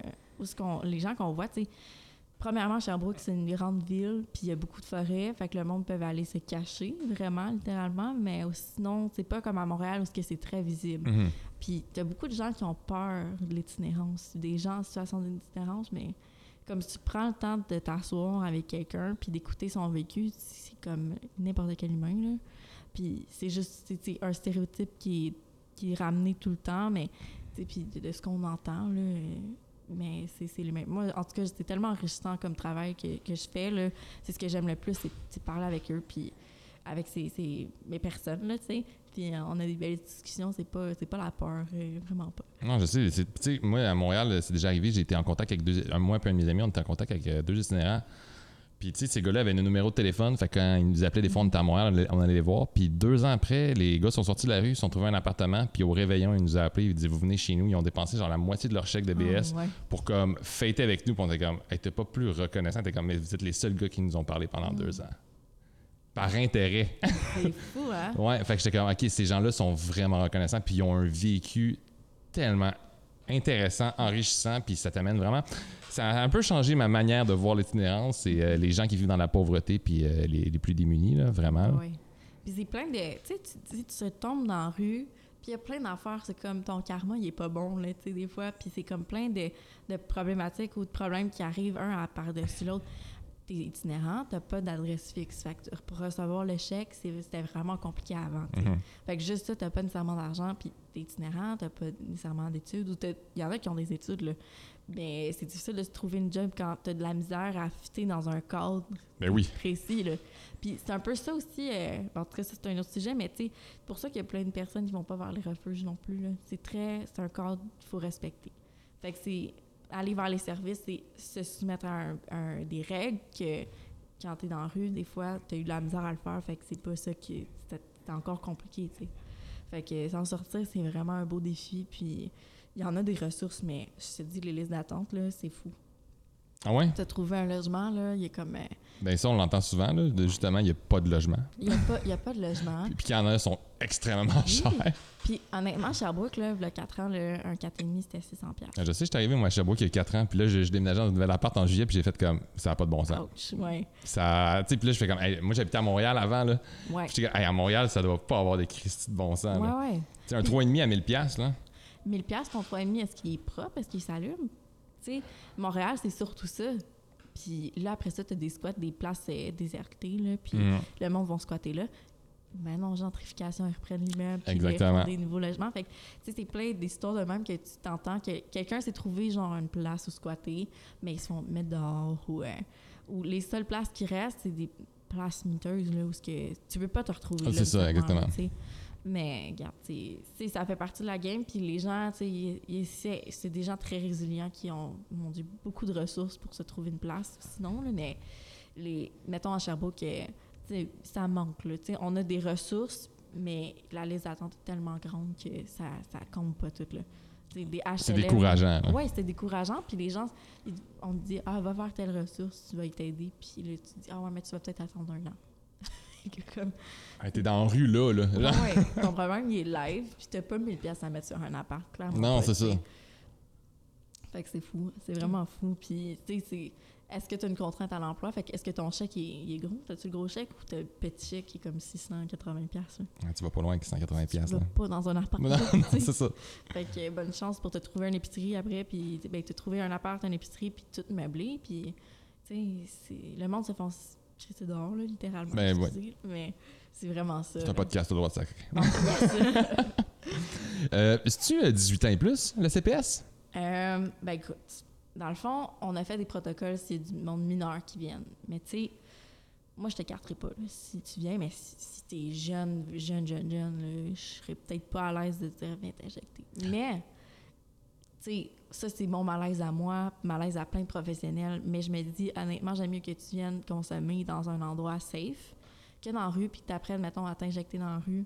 les gens qu'on voit, tu sais, premièrement, Sherbrooke, c'est une grande ville, puis il y a beaucoup de forêts, fait que le monde peut aller se cacher, vraiment, littéralement, mais sinon, c'est pas comme à Montréal où c'est très visible. Mm-hmm. Puis t'as beaucoup de gens qui ont peur de l'itinérance, des gens en situation d'itinérance, mais comme si tu prends le temps de t'asseoir avec quelqu'un puis d'écouter son vécu, c'est comme n'importe quel humain, là. Puis c'est juste c'est un stéréotype qui est ramené tout le temps, mais puis de ce qu'on entend, là... Mais c'est le même. Moi, en tout cas, c'est tellement enrichissant comme travail que je fais, là. C'est ce que j'aime le plus, c'est parler avec eux, puis avec mes personnes, là, tu sais. Puis on a des belles discussions, c'est pas la peur, vraiment pas. Non, je sais. Tu sais, moi, à Montréal, c'est déjà arrivé, j'ai été en contact avec moi et un de mes amis, on était en contact avec 2 itinérants. Puis, tu sais, ces gars-là avaient nos numéros de téléphone. Fait que quand ils nous appelaient des fois, on était à Montréal, on allait les voir. Puis 2 ans après, les gars sont sortis de la rue, ils sont trouvés un appartement. Puis au réveillon, ils nous ont appelés, ils disaient, vous venez chez nous. Ils ont dépensé genre la moitié de leur chèque de BS pour comme fêter avec nous. Puis on était comme, hey, t'es pas plus reconnaissant. T'es comme, mais vous êtes les seuls gars qui nous ont parlé pendant 2 ans. Par intérêt. C'est fou, hein? Ouais, fait que j'étais comme, OK, ces gens-là sont vraiment reconnaissants. Puis ils ont un vécu tellement intéressant, enrichissant. Puis ça t'amène vraiment... Ça a un peu changé ma manière de voir l'itinérance. C'est les gens qui vivent dans la pauvreté puis les plus démunis, là, vraiment. Oui. Puis c'est plein de... Tu sais, tu te tombes dans la rue, puis il y a plein d'affaires. C'est comme ton karma, il est pas bon, là, tu sais, des fois. Puis c'est comme plein de problématiques ou de problèmes qui arrivent un par-dessus l'autre. T'es itinérant, t'as pas d'adresse fixe. Fait que pour recevoir le chèque, c'était vraiment compliqué avant. Mm-hmm. Fait que juste ça, t'as pas nécessairement d'argent, puis t'es itinérant, t'as pas nécessairement d'études. Il y en a qui ont des études, là. Mais c'est difficile de se trouver une job quand t'as de la misère à fitter dans un cadre précis, là. Puis c'est un peu ça aussi, en tout cas, ça, c'est un autre sujet, mais tu sais, c'est pour ça qu'il y a plein de personnes qui vont pas vers les refuges non plus, là. C'est un cadre qu'il faut respecter. Fait que c'est aller vers les services, c'est se soumettre à des règles que quand t'es dans la rue, des fois, t'as eu de la misère à le faire, fait que c'est pas ça qui... C'est encore compliqué, tu sais. Fait que s'en sortir, c'est vraiment un beau défi, puis... Il y en a des ressources, mais je te dis, les listes d'attente, là, c'est fou. Ah ouais? Tu as trouvé un logement, là, il est comme... Ben ça, on l'entend souvent, là, justement, il n'y a pas de logement. Il n'y a pas de logement. Puis qu'il y en a, sont extrêmement chers. Puis honnêtement, Sherbrooke, là, il y a 4 ans, là, un 4,5, c'était 600$. Je sais, je suis arrivé, moi, à Sherbrooke, il y a 4 ans, puis là, je déménageais dans un nouvel appart en juillet, puis j'ai fait comme, ça n'a pas de bon sens. Ouch, ouais. Ça, tu sais, puis là, je fais comme, hey, moi, j'habitais à Montréal avant, là. Ouais. Puis j'étais comme, hey, à Montréal, ça doit pas avoir des cristis de bon sens, là. Ouais. Tu sais, un 3,5 à 1000$, là. 1000$, ton 3,5, est-ce qu'il est propre? Est-ce qu'il s'allume? Tu sais, Montréal, c'est surtout ça. Puis là, après ça, tu as des squats, des places désertées, là, puis le monde va squatter là. Ben non, gentrification, ils reprennent l'immeuble, puis ils font des nouveaux logements. Fait que, tu sais, c'est plein d'histoires de même que tu t'entends que quelqu'un s'est trouvé, genre, une place où squatter, mais ils se font mettre dehors, ou les seules places qui restent, c'est des places miteuses, là, où tu veux pas te retrouver. Ah, c'est ça, exactement. T'sais. Mais regarde, ça fait partie de la game, puis les gens, c'est des gens très résilients qui ont dû beaucoup de ressources pour se trouver une place. Sinon, là, mais mettons à Sherbrooke, ça manque. Là, on a des ressources, mais la liste d'attente est tellement grande que ça compte pas tout. Là. Des HLM, c'est décourageant. Oui, c'était décourageant. Puis les gens, on te dit, va vers telle ressource, tu vas y t'aider. Puis là, tu dis, ouais, mais tu vas peut-être attendre 1 an. Comme... t'es dans la rue, là. Ouais, ton problème, il est live, puis t'as pas 1000$ à mettre sur un appart, clairement. Non, c'est ça. Fait que c'est fou, c'est vraiment fou. Puis, tu sais, est-ce que t'as une contrainte à l'emploi? Fait que est-ce que ton chèque, il est gros? T'as-tu le gros chèque ou t'as le petit chèque qui est comme 680$? Tu vas pas loin avec 680$. Tu vas pas dans un appart. Non, c'est ça. Fait que bonne chance pour te trouver une épicerie après, puis te trouver un appart, une épicerie, puis tout meublé. Puis, tu sais, le monde se fonce... C'est dehors, là, littéralement. Ben, mais c'est vraiment ça. C'est un podcast au droit de sacré. Non, c'est-tu 18 ans et plus, le CPS? Ben écoute, dans le fond, on a fait des protocoles s'il y a du monde mineur qui viennent. Mais tu sais, moi, je t'écarterai pas là, si tu viens, mais si t'es jeune, là, je serais peut-être pas à l'aise de te dire viens t'injecter. Mais tu sais, ça, c'est mon malaise à moi, malaise à plein de professionnels, mais je me dis, honnêtement, j'aime mieux que tu viennes consommer dans un endroit safe que dans la rue, puis que tu apprennes, mettons, à t'injecter dans la rue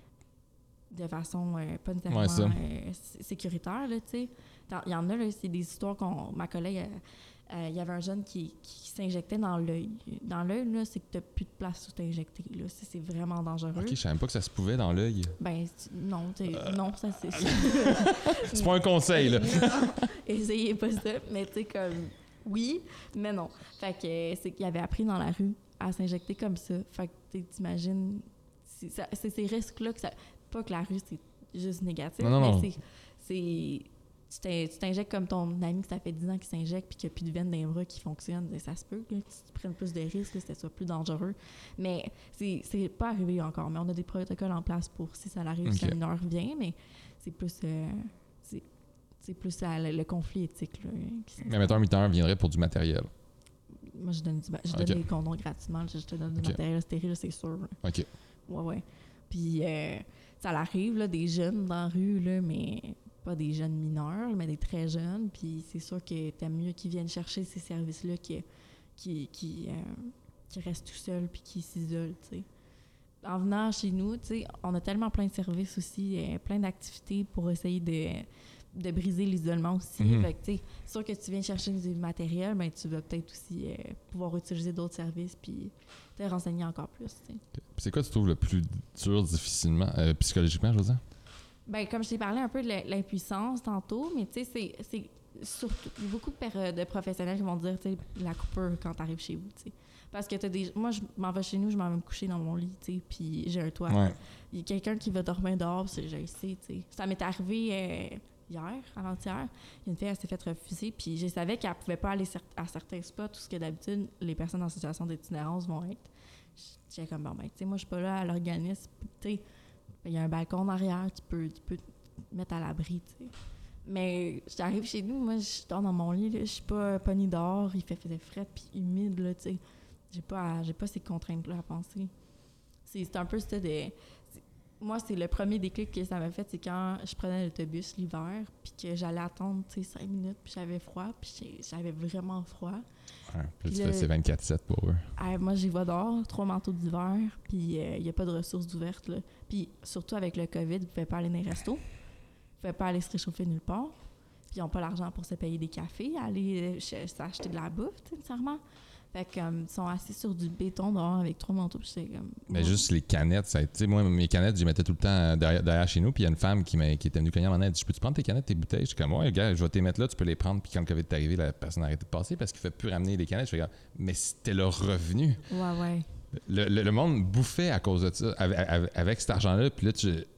de façon pas nécessairement sécuritaire, là, tu sais. Il y en a, là, c'est des histoires ma collègue, il y avait un jeune qui s'injectait dans l'œil. Dans l'œil, là, c'est que tu n'as plus de place où t'injecter, là. C'est vraiment dangereux. OK, je savais même pas que ça se pouvait dans l'œil. Ben, non, non, ça, c'est... C'est pas un conseil, là. Non, essayez pas ça, mais tu sais, comme... Oui, mais non. Fait que c'est qu'il avait appris dans la rue à s'injecter comme ça. Fait que t'imagines... C'est ces risques-là que ça... Pas que la rue, c'est juste négatif, non. mais c'est... Tu t'injectes comme ton ami que ça fait 10 ans qu'il s'injecte puis qu'il n'y a plus de veine dans les bras qui fonctionne. Ça se peut que tu prennes plus de risques, que ça soit plus dangereux. Mais c'est pas arrivé encore. Mais on a des protocoles en place pour si ça arrive, si un mineur vient, mais c'est plus... c'est plus le conflit éthique. Là, mais mettons, un mineur viendrait pour du matériel. Moi, je donne des condoms gratuitement. Je te donne du matériel stérile, c'est sûr. OK. Ouais. Puis ça arrive, là, des jeunes dans la rue, là, mais... pas des jeunes mineurs, mais des très jeunes. Puis c'est sûr que t'aimes mieux qu'ils viennent chercher ces services-là qui restent tout seuls puis qui s'isolent, tu sais. En venant chez nous, tu sais, on a tellement plein de services aussi, plein d'activités pour essayer de briser l'isolement aussi. Fait que, tu sais, c'est sûr que tu viens chercher du matériel, mais tu vas peut-être aussi pouvoir utiliser d'autres services puis te renseigner encore plus, tu sais. Okay. C'est quoi tu trouves le plus dur difficilement, psychologiquement, je veux dire? Ben, comme je t'ai parlé un peu de l'impuissance tantôt, mais tu sais, c'est surtout beaucoup de professionnels qui vont dire, tu sais, la coupure quand t'arrives chez vous, tu sais. Parce que moi, je m'en vais chez nous, je m'en vais me coucher dans mon lit, tu sais, puis j'ai un toit. Ouais. Il y a quelqu'un qui va dormir dehors, je le sais, tu sais. Ça m'est arrivé avant-hier. Il y a une fille, elle s'est fait refuser, puis je savais qu'elle pouvait pas aller à certains spots où ce que d'habitude, les personnes en situation d'itinérance vont être. J'étais comme, bon, ben, tu sais, moi, je suis pas là à l'organisme, tu sais. Il y a un balcon en arrière, tu peux te mettre à l'abri, tu sais. Mais j'arrive chez nous, moi, je dors dans mon lit, là, je suis pas pognée dehors, il faisait frais puis humide, là, tu sais. J'ai pas ces contraintes-là à penser. C'est un peu ça moi, c'est le premier déclic que ça m'a fait, c'est quand je prenais l'autobus l'hiver, puis que j'allais attendre, tu sais, 5 minutes, puis j'avais froid, puis j'avais vraiment froid. Ouais, puis tu fais c'est 24/7 pour eux. Moi, j'y vais dehors, 3 manteaux d'hiver, puis il n'y a pas de ressources ouvertes, là. Puis surtout avec le COVID, ils ne pouvaient pas aller dans les restos, ils ne pouvaient pas aller se réchauffer nulle part, puis ils n'ont pas l'argent pour se payer des cafés, aller s'acheter de la bouffe, nécessairement. Fait qu'ils sont assis sur du béton dehors avec 3 manteaux, puis c'est comme... Mais juste les canettes, tu sais, moi, mes canettes, je les mettais tout le temps derrière chez nous, puis il y a une femme qui était venue cogner à mon aide, elle dit, je peux-tu prendre tes canettes, tes bouteilles? Je suis comme, ouais, gars, je vais te les mettre là, tu peux les prendre, puis quand le COVID est arrivé, la personne a arrêté de passer parce qu'il ne fait plus ramener les canettes. Je fais, mais c'était leur revenu. Ouais. Le monde bouffait à cause de ça, avec cet argent-là, puis là,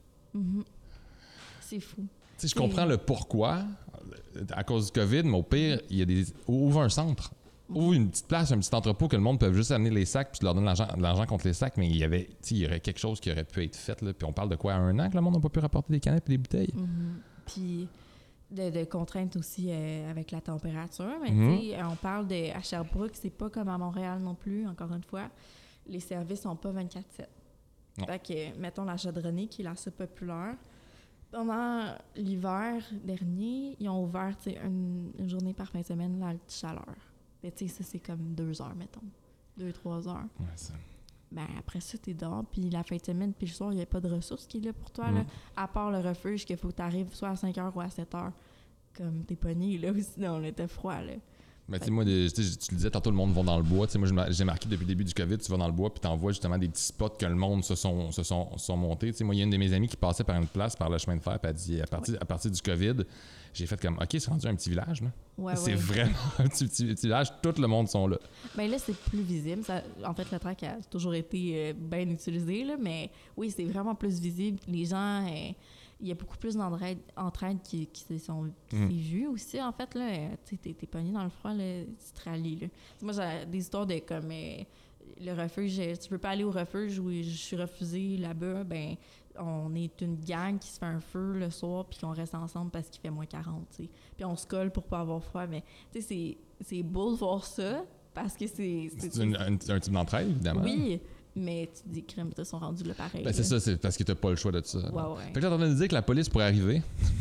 C'est fou. Tu sais, je comprends le pourquoi, à cause du COVID, mais au pire, il y a ouvre un centre. Ouvre une petite place, un petit entrepôt que le monde peut juste amener les sacs puis tu leur donnes l'argent contre les sacs, mais il y aurait quelque chose qui aurait pu être fait. Là. Puis on parle de quoi, 1 an que le monde n'a pas pu rapporter des canettes et des bouteilles? Puis de contraintes aussi avec la température. Mais tu sais, on parle à Sherbrooke, c'est pas comme à Montréal non plus, encore une fois. Les services sont pas 24/7. Fait que, mettons la chaudronnée, qui est la soupe populaire. Pendant l'hiver dernier, ils ont ouvert une journée par fin de semaine la chaleur. Mais tu sais, ça, c'est comme 2 heures, mettons. 2-3 heures. Ouais, ça. Ben, après ça, t'es dehors, puis la fin de semaine, puis le soir, il n'y a pas de ressources qui est là pour toi, là. À part le refuge, qu'il faut que t'arrives soit à 5 heures ou à 7 heures. Comme t'es pogné, là, ou sinon on était froid, là. Mais tu sais, moi, tu le disais tantôt, le monde va dans le bois. Tu sais, moi, j'ai marqué depuis le début du COVID, tu vas dans le bois, puis t'envoies justement des petits spots que le monde se sont montés. Tu sais, moi, il y a une de mes amies qui passait par une place, par le chemin de fer, puis elle dit, à partir du COVID, j'ai fait comme, OK, c'est rendu un petit village, là. Ouais, c'est vraiment un petit village, tout le monde sont là. Ben là, c'est plus visible. En fait, le track a toujours été bien utilisé, là, mais oui, c'est vraiment plus visible. Les gens... il y a beaucoup plus d'entraide qui se sont vues aussi, en fait, là. Tu sais, t'es pogné dans le froid, là, tu te rallies, là. Moi, j'ai des histoires de comme le refuge, tu peux pas aller au refuge où je suis refusée là-bas, ben on est une gang qui se fait un feu le soir puis qu'on reste ensemble parce qu'il fait moins 40, tu sais. Puis on se colle pour pas avoir froid, mais tu sais, c'est beau de voir ça parce que c'est un type d'entraide, évidemment. Oui. Mais tu te dis, crème, ils sont rendus là pareil. Ben, c'est ça, c'est parce que t'as pas le choix de ça. Ouais. Fait que là, t'es en train de dire que la police pourrait arriver.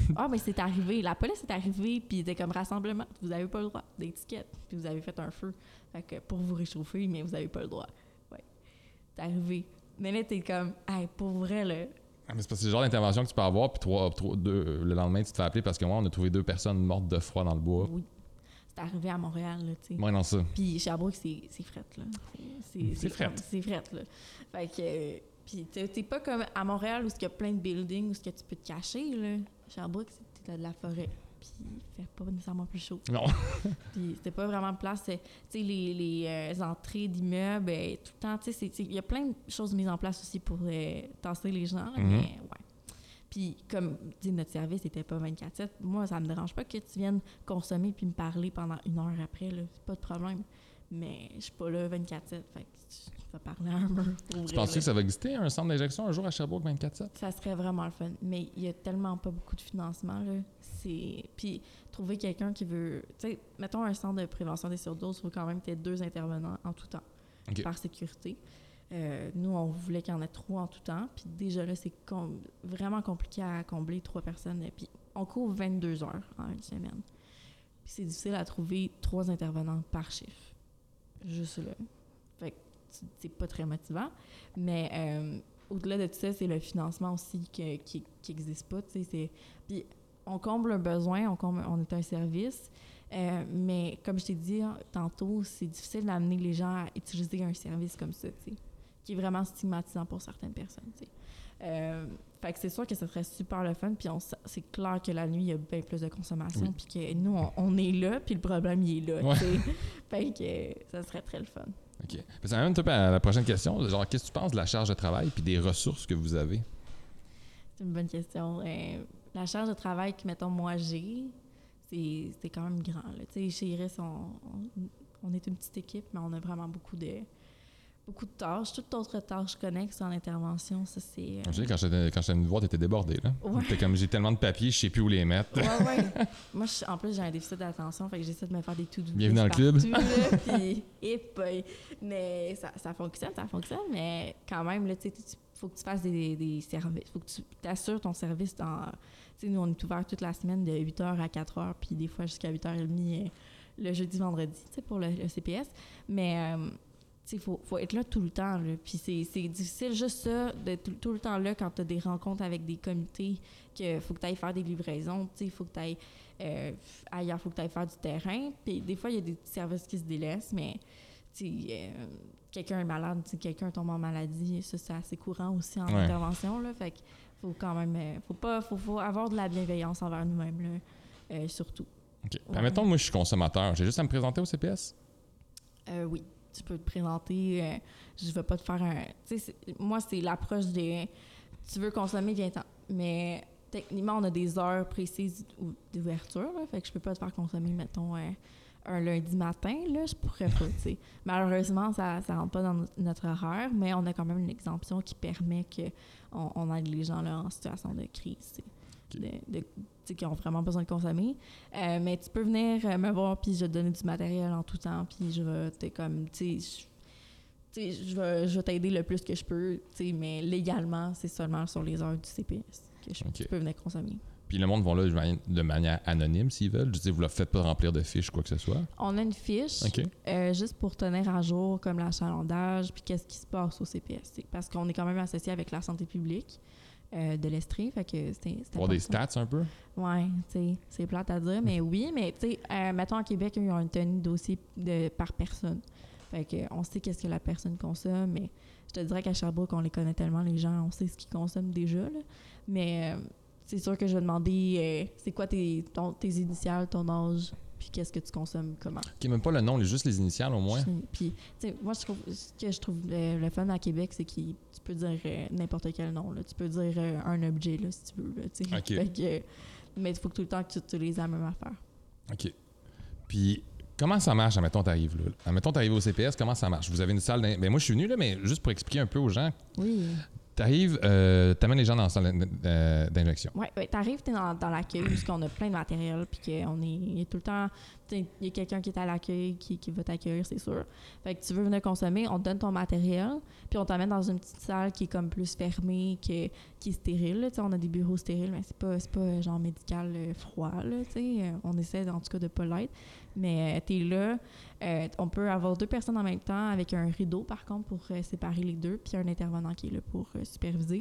Ah, mais c'est arrivé. La police est arrivée, puis était comme rassemblement. Vous avez pas le droit d'étiquette. Puis vous avez fait un feu. Fait que pour vous réchauffer, mais vous avez pas le droit. Ouais. C'est arrivé. Mais là, t'es comme, hey, pour vrai, là. Ah, mais c'est parce que c'est le genre d'intervention que tu peux avoir, puis le lendemain, tu te fais appeler parce que moi, on a trouvé 2 personnes mortes de froid dans le bois. Oui. C'est arrivé à Montréal, là, tu sais. Ouais, non, ça. Puis Sherbrooke, c'est fret, là. C'est fret. C'est fret, là. Fait que... Puis t'es pas comme à Montréal où il y a plein de buildings où tu peux te cacher, là. Sherbrooke, t'as de la forêt. Puis il fait pas nécessairement plus chaud. Non. Puis c'était pas vraiment de place. Tu sais, les entrées d'immeubles, tout le temps, tu sais, il y a plein de choses mises en place aussi pour tasser les gens, là, mais ouais. Puis, comme dit notre service n'était pas 24/7, moi, ça me dérange pas que tu viennes consommer puis me parler pendant 1 heure après, là. C'est pas de problème. Mais je suis pas là 24/7, fait que tu vas parler à un mur. Tu penses que ça va exister, un centre d'injection un jour à Sherbrooke 24/7? Ça serait vraiment le fun. Mais il y a tellement pas beaucoup de financement, là. Puis, trouver quelqu'un qui veut... Tu sais, mettons un centre de prévention des surdoses, il faut quand même peut-être 2 intervenants en tout temps, par sécurité. Nous, on voulait qu'il y en ait 3 en tout temps. Puis déjà là, c'est vraiment compliqué à combler 3 personnes. Puis on couvre 22 heures en une semaine. Puis c'est difficile à trouver 3 intervenants par chiffre. Juste là. Fait que c'est pas très motivant. Mais au-delà de tout ça, c'est le financement aussi qui n'existe pas. Puis on comble un besoin, on est un service. Mais comme je t'ai dit tantôt, c'est difficile d'amener les gens à utiliser un service comme ça, tu sais, qui est vraiment stigmatisant pour certaines personnes, tu sais. Fait que c'est sûr que ça serait super le fun, puis c'est clair que la nuit, il y a bien plus de consommation, puis que nous, on est là, puis le problème, il est là, tu sais. Fait que ça serait très le fun. OK. Ça m'amène un peu à la prochaine question. Genre, qu'est-ce que tu penses de la charge de travail puis des ressources que vous avez? C'est une bonne question. La charge de travail que, mettons, moi, j'ai, c'est quand même grand. Tu sais, chez Iris, on est une petite équipe, mais on a vraiment beaucoup de tâches. Toute autre tâche connexe en intervention, ça, c'est... Je sais, quand j'étais venu te voir, t'étais débordé, là. Ouais. T'es comme, j'ai tellement de papiers, je sais plus où les mettre. Ouais. Moi, en plus, j'ai un déficit d'attention, fait que j'essaie de me faire des to-do. Bienvenue dans le club. Puis, mais ça fonctionne, mais quand même, là, tu sais, faut que tu fasses des services. Faut que tu t'assures ton service dans... Tu sais, nous, on est ouvert toute la semaine de 8h à 4h, puis des fois jusqu'à 8h30 le jeudi, vendredi, tu sais, pour le CPS. Mais... il faut être là tout le temps. Là. Puis c'est difficile juste ça, d'être tout le temps là quand tu as des rencontres avec des comités, qu'il faut que tu ailles faire des livraisons, il faut que tu ailles ailleurs, il faut que tu ailles faire du terrain. Puis des fois, il y a des services qui se délaissent, mais quelqu'un est malade, quelqu'un tombe en maladie, ça, c'est assez courant aussi en intervention. Là, fait qu'il faut quand même... faut avoir de la bienveillance envers nous-mêmes, là, surtout. OK. Ouais. Mettons, moi, je suis consommateur. J'ai juste à me présenter au CPS? Oui. Tu peux te présenter, je vais pas te faire un... Tu sais, moi, c'est l'approche des... Tu veux consommer, viens-t'en. Mais techniquement, on a des heures précises d'ouverture, là, fait que je peux pas te faire consommer, mettons, un lundi matin, là, je pourrais pas, tu sais. Malheureusement, ça rentre pas dans notre horaire, mais on a quand même une exemption qui permet qu'on aide les gens là, en situation de crise, qui ont vraiment besoin de consommer. Mais tu peux venir me voir, puis je vais te donner du matériel en tout temps, puis je vais je vais t'aider le plus que je peux, mais légalement, c'est seulement sur les heures du CPS que tu peux venir consommer. Puis le monde va là de manière anonyme s'ils veulent? Je dis, vous ne leur faites pas remplir de fiches, quoi que ce soit? On a une fiche, juste pour tenir à jour comme l'achalandage, puis qu'est-ce qui se passe au CPS. Parce qu'on est quand même associé avec la santé publique. De l'Estrie, fait que c'était pour des stats un peu? Ouais, tu sais, c'est plate à dire, mais oui, mais tu sais, mettons à Québec, ils ont une tenue de dossier par personne. Fait que on sait qu'est-ce que la personne consomme, mais je te dirais qu'à Sherbrooke, on les connaît tellement, les gens, on sait ce qu'ils consomment déjà, là. Mais c'est sûr que je vais demander c'est quoi tes initiales, ton âge, puis qu'est-ce que tu consommes, comment. OK, même pas le nom, juste les initiales au moins. Puis, tu sais, moi, ce que je trouve le fun à Québec, c'est que tu peux dire n'importe quel nom, là. Tu peux dire un objet, là, si tu veux, là, tu sais. OK. Mais il faut que tout le temps que tu utilises la même affaire. OK. Puis, comment ça marche, admettons, t'arrives là? Admettons, t'arrives au CPS, comment ça marche? Vous avez une salle... Ben moi, je suis venu là, mais juste pour expliquer un peu aux gens. Oui. T'arrives, t'amènes les gens dans la salle d'injection. Oui, ouais, t'arrives, t'es dans l'accueil où on a plein de matériel, puis il y a tout le temps, il y a quelqu'un qui est à l'accueil qui va t'accueillir, c'est sûr. Fait que tu veux venir consommer, on te donne ton matériel, puis on t'amène dans une petite salle qui est comme plus fermée, qui est stérile. Là, on a des bureaux stériles, mais c'est pas genre médical froid. Là, on essaie en tout cas de pas l'être. Mais t'es là, on peut avoir 2 personnes en même temps avec un rideau par contre pour séparer les deux, puis un intervenant qui est là pour superviser.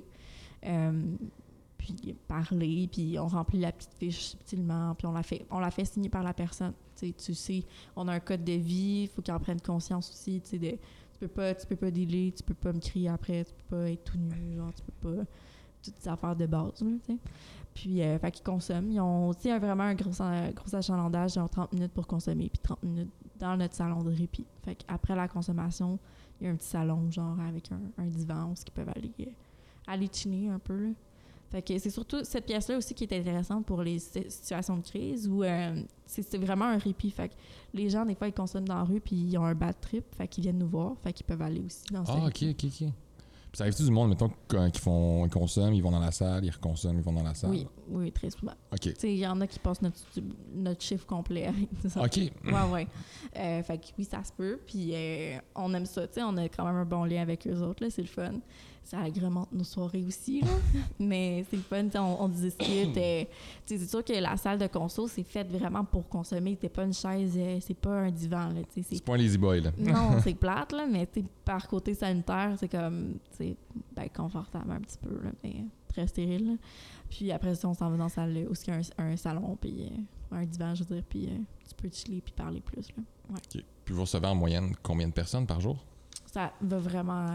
Puis parler, puis on remplit la petite fiche subtilement, puis on la fait signer par la personne. Tu sais, on a un code de vie, il faut qu'ils en prennent conscience aussi. Tu peux pas dealer, tu peux pas me crier après, tu peux pas être tout nu, genre, tu peux pas... Toutes ces affaires de base, là, tu sais. Puis, fait qu'ils consomment. Ils ont aussi vraiment un gros achalandage. Ils ont 30 minutes pour consommer, puis 30 minutes dans notre salon de répit. Fait qu'après la consommation, il y a un petit salon, genre, avec un divan où ils peuvent aller chiner un peu, là. Fait que c'est surtout cette pièce-là aussi qui est intéressante pour les situations de crise où c'est vraiment un répit. Fait que les gens, des fois, ils consomment dans la rue puis ils ont un bad trip. Fait qu'ils viennent nous voir. Fait qu'ils peuvent aller aussi dans ce répit. OK. Puis ça arrive-tu du monde, mettons, ils consomment, ils vont dans la salle, ils reconsomment, ils vont dans la salle? Oui, très souvent. OK. Il y en a qui passent notre chiffre complet avec ça. OK. Ouais. Fait que oui, ça se peut. Puis on aime ça. On a quand même un bon lien avec eux autres. Là, c'est le fun. Ça agrémente nos soirées aussi. Là. Mais c'est le fun. On discute. C'est sûr que la salle de conso, c'est faite vraiment pour consommer. C'est pas une chaise, c'est pas un divan. Là, c'est pas un lazy boy. Là. Non, c'est plate, là, mais par côté sanitaire, c'est comme confortable un petit peu, là, mais très stérile. Là. Puis après ça, on s'en va dans la salle où il y a un salon, puis un divan, je veux dire, puis tu peux chiller puis parler plus. Là. Ouais. OK. Puis vous recevez en moyenne combien de personnes par jour? Ça va vraiment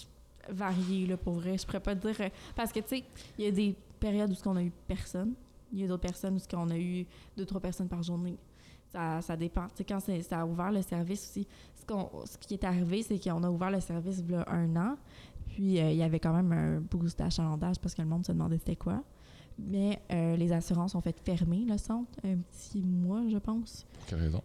varier, là, pour vrai. Je pourrais pas te dire... parce que, tu sais, il y a des périodes où on a eu personne. Il y a d'autres périodes où on a eu 2-3 personnes par journée. Ça dépend. Tu sais, quand ça a ouvert le service aussi, ce qui est arrivé, c'est qu'on a ouvert le service il y a 1 an. Puis, il y avait quand même un boost d'achalandage parce que le monde se demandait c'était quoi. Mais les assurances ont fait fermer le centre un petit mois, je pense. Pour quelle raison?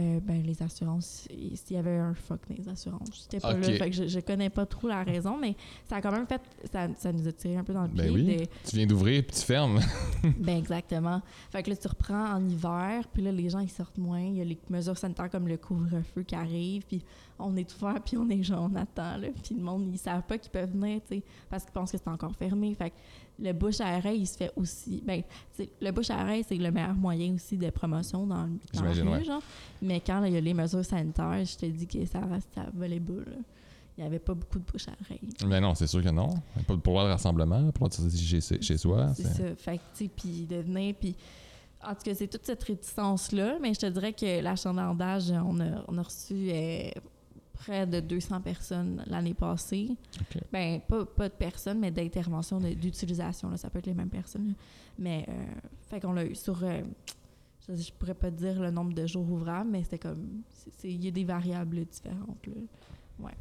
Les assurances, s'il y avait un fuck dans les assurances. J'étais pas là, fait que je connais pas trop la raison, mais ça a quand même fait... Ça nous a tiré un peu dans le pied. Oui. Tu viens d'ouvrir puis tu fermes. Exactement. Fait que là, tu reprends en hiver, puis là, les gens, ils sortent moins. Il y a les mesures sanitaires comme le couvre-feu qui arrivent, puis on est ouvert, puis on attend, là. Puis le monde, ils savent pas qu'ils peuvent venir, tu sais, parce qu'ils pensent que c'est encore fermé. Fait que le bouche à oreille, il se fait aussi... le bouche à oreille, c'est le meilleur moyen aussi de promotion dans le rue, genre. Mais quand il y a les mesures sanitaires, je te dis que ça volait bas, là. Il n'y avait pas beaucoup de bouche à oreille. Mais non, c'est sûr que non. Pas pour le rassemblement, pour le chez soi. C'est ça. Fait que, tu sais, puis de venir, puis... En tout cas, c'est toute cette réticence-là, mais je te dirais que l'achalandage, on a reçu... près de 200 personnes l'année passée. Okay. Pas de personnes, mais d'intervention, d'utilisation. Là. Ça peut être les mêmes personnes. Là. Mais, fait qu'on l'a eu sur... je pourrais pas te dire le nombre de jours ouvrables, mais c'était comme... Il y a des variables différentes. Là. Ouais.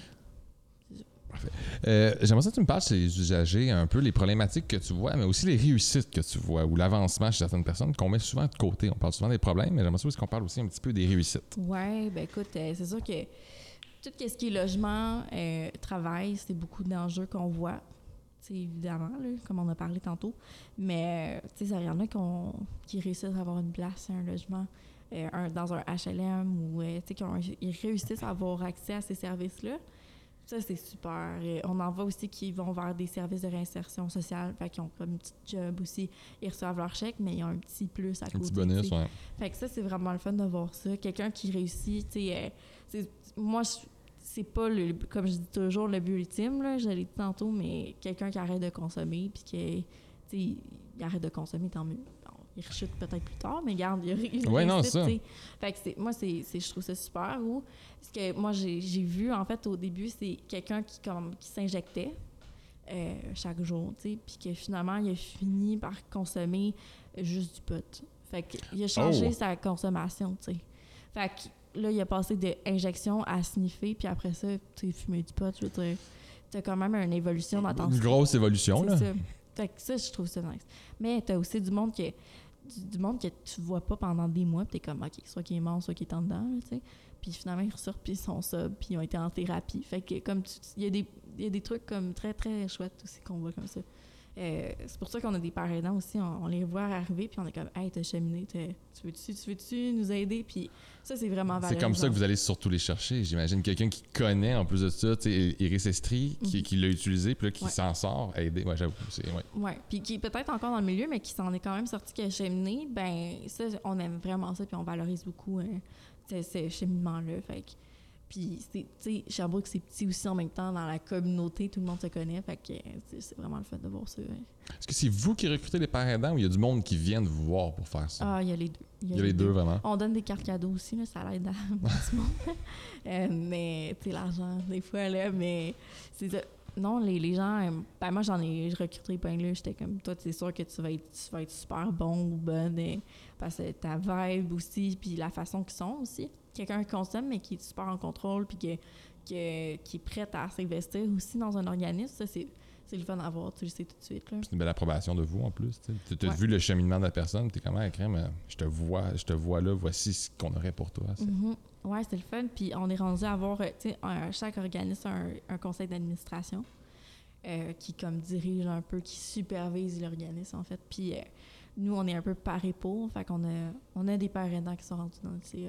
Parfait. J'aimerais ça que tu me parles chez les usagers, un peu les problématiques que tu vois, mais aussi les réussites que tu vois, ou l'avancement chez certaines personnes qu'on met souvent de côté. On parle souvent des problèmes, mais j'aimerais ça aussi qu'on parle aussi un petit peu des réussites. Oui, écoute, c'est sûr que tout ce qui est logement, travail, c'est beaucoup d'enjeux qu'on voit. T'sais, évidemment, là, comme on a parlé tantôt. Mais il y en a qui réussissent à avoir une place, un logement dans un HLM ou ils réussissent à avoir accès à ces services-là. Ça, c'est super. On en voit aussi qui vont vers des services de réinsertion sociale. Fait qu'ils ont comme une petite job aussi. Ils reçoivent leur chèque, mais ils ont un petit plus à côté. Un petit bonus, oui. Fait que ça, c'est vraiment le fun de voir ça. Quelqu'un qui réussit, moi, c'est pas, comme je dis toujours, le but ultime, là, je l'ai dit tantôt, mais quelqu'un qui arrête de consommer, puis il arrête de consommer, tant mieux. Bon, il rechute peut-être plus tard, mais regarde, il ouais, non, ça. Fait que moi, je trouve ça super. Ce que moi, j'ai vu, en fait, au début, c'est quelqu'un qui s'injectait chaque jour, puis que finalement, il a fini par consommer juste du pot. Fait qu'il a changé sa consommation, tu sais. Fait que là, il a passé d'injection à sniffer, puis après ça, tu sais, fumer du pot, je veux dire, t'as quand même une évolution dans ton... Une grosse évolution, là. Ça. Fait que ça, je trouve ça nice. Mais t'as aussi du monde que tu vois pas pendant des mois, puis t'es comme, OK, soit qu'il est mort, soit qu'il est en dedans, tu sais. Puis finalement, ils ressortent, puis ils sont sobres, puis ils ont été en thérapie. Fait que, comme il y a y a des trucs comme très, très chouettes aussi qu'on voit comme ça. C'est pour ça qu'on a des parents aidants aussi. On les voit arriver, puis on est comme « Hey, t'as cheminé, tu veux-tu nous aider? » Puis ça, c'est vraiment valorisant. C'est comme ça que vous allez surtout les chercher. J'imagine quelqu'un qui connaît, en plus de ça, tu sais, Iris Estrie, qui l'a utilisé, puis là, qui s'en sort, aider. Ouais, j'avoue. Ouais, puis qui est peut-être encore dans le milieu, mais qui s'en est quand même sorti, qui a cheminé. Ben ça, on aime vraiment ça, puis on valorise beaucoup ce cheminement-là. Fait que... Puis, tu sais, Sherbrooke, c'est petit aussi en même temps. Dans la communauté, tout le monde se connaît. Fait que c'est vraiment le fun de voir ça. Est-ce que c'est vous qui recrutez les parents aidants ou il y a du monde qui vient vous voir pour faire ça? Ah, il y a les deux. Il y a les deux, vraiment. On donne des cartes cadeaux aussi, là, ça l'aide à tout le monde. Mais, tu sais, l'argent, des fois, là, mais c'est ça. Non, les gens... Ben moi, j'en ai recruté plein là. J'étais comme, toi, c'est sûr que tu vas être super bon ou bonne. Parce que ta vibe aussi, puis la façon qu'ils sont aussi. Quelqu'un qui consomme, mais qui est super en contrôle, puis qui est prête à s'investir aussi dans un organisme, ça, c'est le fun à voir, tu le sais tout de suite. Là. C'est une belle approbation de vous, en plus. Tu as vu le cheminement de la personne, tu es comme, crème, je te vois là, voici ce qu'on aurait pour toi. Mm-hmm. Oui, c'est le fun. Puis on est rendu à avoir, tu sais, chaque organisme a un conseil d'administration qui comme dirige un peu, qui supervise l'organisme, en fait. Puis nous, on est un peu par épaule, fait qu'on a des pères aidants qui sont rendus dans le CA.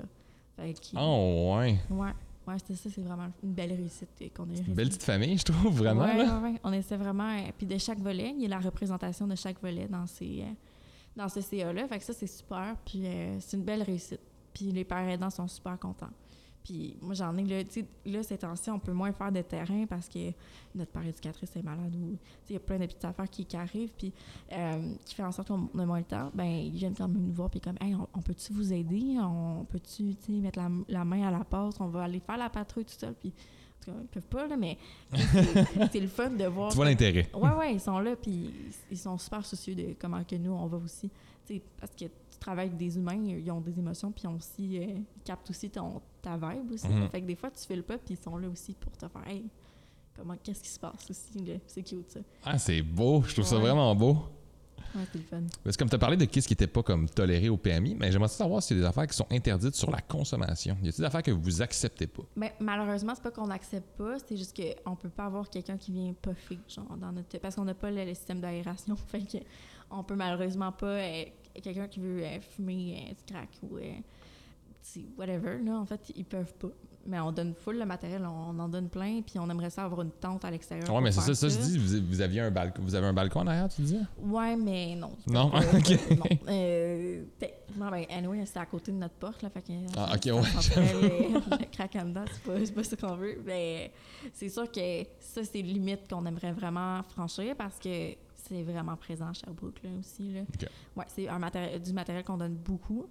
Oh, ouais. Ouais, c'était ça, c'est vraiment une belle réussite qu'on a eu. Une belle petite famille, je trouve, vraiment. Ouais. On essaie vraiment. Puis de chaque volet, il y a la représentation de chaque volet dans ce CA-là. Fait que ça, c'est super. Puis c'est une belle réussite. Puis les pères aidants sont super contents. Puis moi, j'en ai, là, ces temps-ci, on peut moins faire de terrain parce que notre père éducatrice est malade ou il y a plein de petites affaires qui arrivent puis qui fait en sorte qu'on a moins le temps. Ben ils viennent quand même nous voir puis comme « Hey, on peut-tu vous aider? On peut-tu mettre la main à la pâte? On va aller faire la patrouille tout seul. » Puis en tout cas, ils peuvent pas, là, mais c'est le fun de voir. Tu vois l'intérêt. Ouais, ils sont là puis ils sont super soucieux de comment que nous, on va aussi. T'sais, parce que tu travailles avec des humains, ils ont des émotions, puis ils captent aussi ta vibe aussi. Fait que des fois, tu files pas, puis ils sont là aussi pour te faire « Hey, qu'est-ce qui se passe aussi? » C'est cute, ça. Ah, c'est beau. Je trouve ça vraiment beau. Ouais, c'est le fun. Parce que comme tu as parlé de qu'est-ce qui n'était pas comme toléré au PMI, mais j'aimerais savoir s'il y a des affaires qui sont interdites sur la consommation. Y a-t-il des affaires que vous acceptez pas? Ben, malheureusement, c'est pas qu'on n'accepte pas, c'est juste qu'on peut pas avoir quelqu'un qui vient puffer, genre, dans notre... Parce qu'on n'a pas le système d'aération, fait que on peut malheureusement pas... quelqu'un qui veut fumer du crack ou... whatever, là, en fait, ils peuvent pas. Mais on donne full le matériel, on en donne plein, puis on aimerait ça avoir une tente à l'extérieur. Ouais, mais c'est ça, je dis, vous avez un balcon en arrière, tu disais? Ouais, mais non. Non? OK. Non, ben, anyway, c'est à côté de notre porte, là, fait que... Ah, OK, ouais. Le crack en dedans, c'est pas ce qu'on veut, mais c'est sûr que ça, c'est limite qu'on aimerait vraiment franchir, parce que c'est vraiment présent à Sherbrooke, là, aussi, là. OK. Ouais, c'est du matériel qu'on donne beaucoup.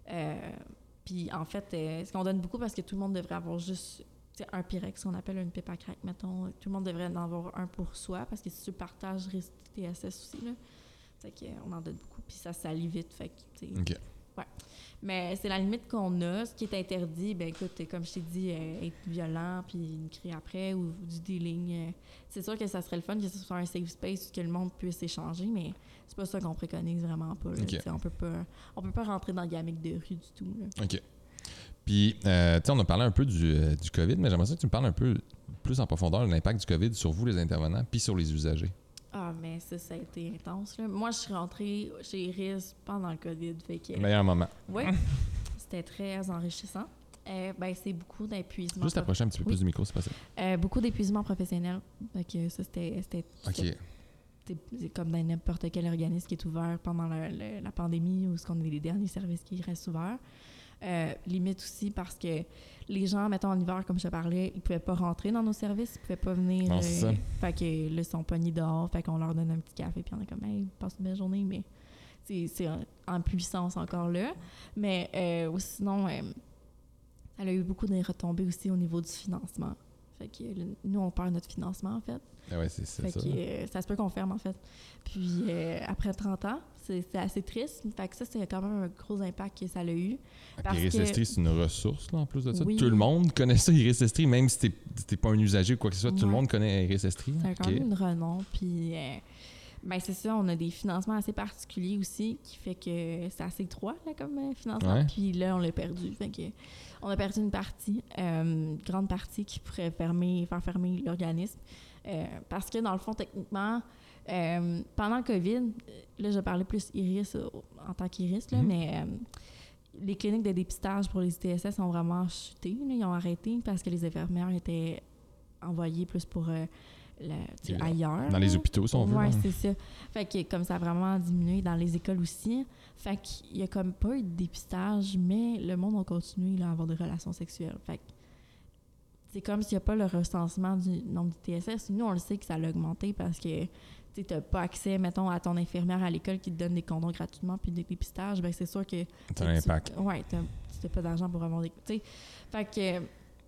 Puis en fait, ce qu'on donne beaucoup parce que tout le monde devrait avoir juste un Pyrex, qu'on appelle une pipe à crack, mettons. Tout le monde devrait en avoir un pour soi parce que si tu partages, risque TSS aussi, là. Fait qu'on en donne beaucoup, puis ça salit vite, fait que, OK. Ouais. Mais c'est la limite qu'on a. Ce qui est interdit, ben écoute, comme je t'ai dit, être violent, puis une crie après, ou du dealing. C'est sûr que ça serait le fun que ce soit un safe space, que le monde puisse échanger, mais c'est pas ça qu'on préconise vraiment pas. Là, okay. On peut pas rentrer dans le gamique de rue du tout. Là. OK. Puis, tu sais, on a parlé un peu du COVID, mais j'aimerais ça que tu me parles un peu plus en profondeur de l'impact du COVID sur vous, les intervenants, puis sur les usagers. Ah, mais ça a été intense. Là. Moi, je suis rentrée chez Iris pendant le COVID. Fait que, meilleur moment. Oui, c'était très enrichissant. Ben, c'est beaucoup d'épuisement. Juste approcher un petit peu plus du micro, c'est possible. Beaucoup d'épuisement professionnel. Fait que ça, c'était OK. C'est comme dans n'importe quel organisme qui est ouvert pendant la pandémie ou ce qu'on est les derniers services qui restent ouverts. Limite aussi parce que les gens, mettons en hiver, comme je te parlais, ils pouvaient pas rentrer dans nos services, ils pouvaient pas venir. Non, c'est ça. Fait que là, ils sont pognés dehors, fait qu'on leur donne un petit café, puis on est comme, hey, passe une belle journée, mais c'est en puissance encore là. Mais sinon, elle a eu beaucoup de retombées aussi au niveau du financement. Fait que nous, on perd notre financement, en fait. Ah ouais, c'est ça. Que, ça se peut qu'on ferme, en fait. Puis, après 30 ans, c'est assez triste. Fait que ça, c'est quand même un gros impact que ça a eu. Iris Estrie, c'est une ressource, là, en plus de ça. Oui. Tout le monde connaît ça, Iris Estrie, même si t'es pas un usager ou quoi que ce soit, tout le monde connaît Iris Estrie. C'est quand même une renom. Puis, ben c'est ça, on a des financements assez particuliers aussi, qui fait que c'est assez étroit, là, comme financement. Ouais. Puis là, on l'a perdu. Fait que on a perdu une partie, une grande partie qui pourrait faire fermer l'organisme. Parce que dans le fond, techniquement, pendant le COVID, là, je parlais plus Iris en tant qu'Iris, là, mais les cliniques de dépistage pour les ITSS ont vraiment chuté. Là, ils ont arrêté parce que les infirmières étaient envoyées plus pour ailleurs. Dans les hôpitaux, si on veut. Oui, hein. c'est ça. Fait que comme ça a vraiment diminué dans les écoles aussi. Fait qu'il y a comme pas eu de dépistage, mais le monde a continué là, à avoir des relations sexuelles. Fait que c'est comme s'il n'y a pas le recensement du nombre d'ITSS. Nous, on le sait que ça a augmenté parce que tu n'as pas accès, mettons, à ton infirmière à l'école qui te donne des condoms gratuitement puis des dépistages. Bien, c'est sûr que... Ça a un impact. Oui, tu n'as pas d'argent pour avoir des... T'sais. Fait que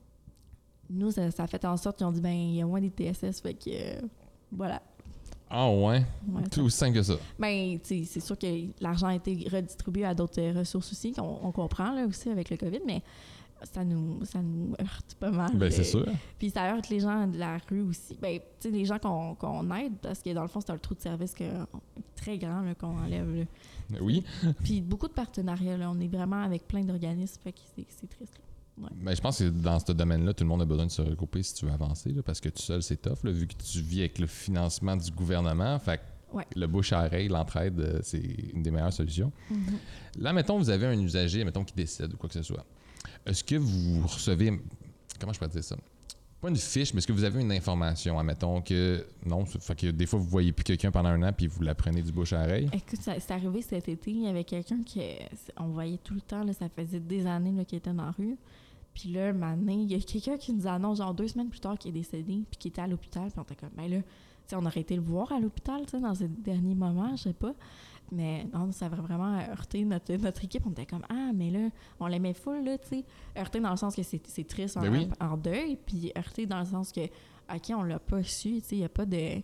nous, ça a fait en sorte qu'ils ont dit, ben il y a moins d'ITSS, fait que voilà. Ah ouais? Ouais, Tout aussi simple que ça. Ben, tu sais, c'est sûr que l'argent a été redistribué à d'autres ressources aussi, qu'on comprend là aussi avec le COVID, mais ça nous heurte pas mal. Ben, c'est sûr. Puis ça heurte les gens de la rue aussi. Ben, tu sais, les gens qu'on aide, parce que dans le fond, c'est un trou de service très grand là, qu'on enlève. Là. Oui. Puis beaucoup de partenariats, là. On est vraiment avec plein d'organismes, fait que c'est triste. Là. Ouais. Ben, je pense que dans ce domaine-là, tout le monde a besoin de se regrouper si tu veux avancer, là, parce que tout seul, c'est tough, là, vu que tu vis avec le financement du gouvernement. Fait que Ouais. le bouche à oreille, l'entraide, c'est une des meilleures solutions. Mm-hmm. Là, mettons, vous avez un usager, mettons, qui décède ou quoi que ce soit. Est-ce que vous recevez... Comment je peux dire ça? Pas une fiche, mais est-ce que vous avez une information? Admettons que... Non, fait que des fois, vous voyez plus quelqu'un pendant un an puis vous l'apprenez du bouche à oreille. Écoute, c'est arrivé cet été, il y avait quelqu'un on voyait tout le temps, là, ça faisait des années là, qu'il était dans la rue. Puis là, un moment donné, il y a quelqu'un qui nous annonce, genre 2 semaines plus tard, qu'il est décédé, puis qu'il était à l'hôpital. Puis on était comme, ben là, tu sais, on aurait été le voir à l'hôpital, tu sais, dans ces derniers moments, je sais pas. Mais non, ça a vraiment heurté notre équipe. On était comme, ah, mais là, on l'aimait full, là, tu sais. Heurté dans le sens que c'est triste Ben oui. en deuil, puis heurté dans le sens que, OK, on l'a pas su, tu sais, il n'y a pas de...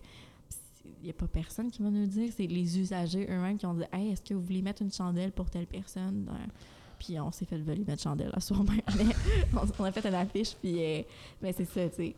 Il n'y a pas personne qui va nous le dire. C'est les usagers eux-mêmes qui ont dit, hey, est-ce que vous voulez mettre une chandelle pour telle personne? Puis on s'est fait voler notre chandelle à soi-même. on a fait une affiche, puis ben c'est ça, tu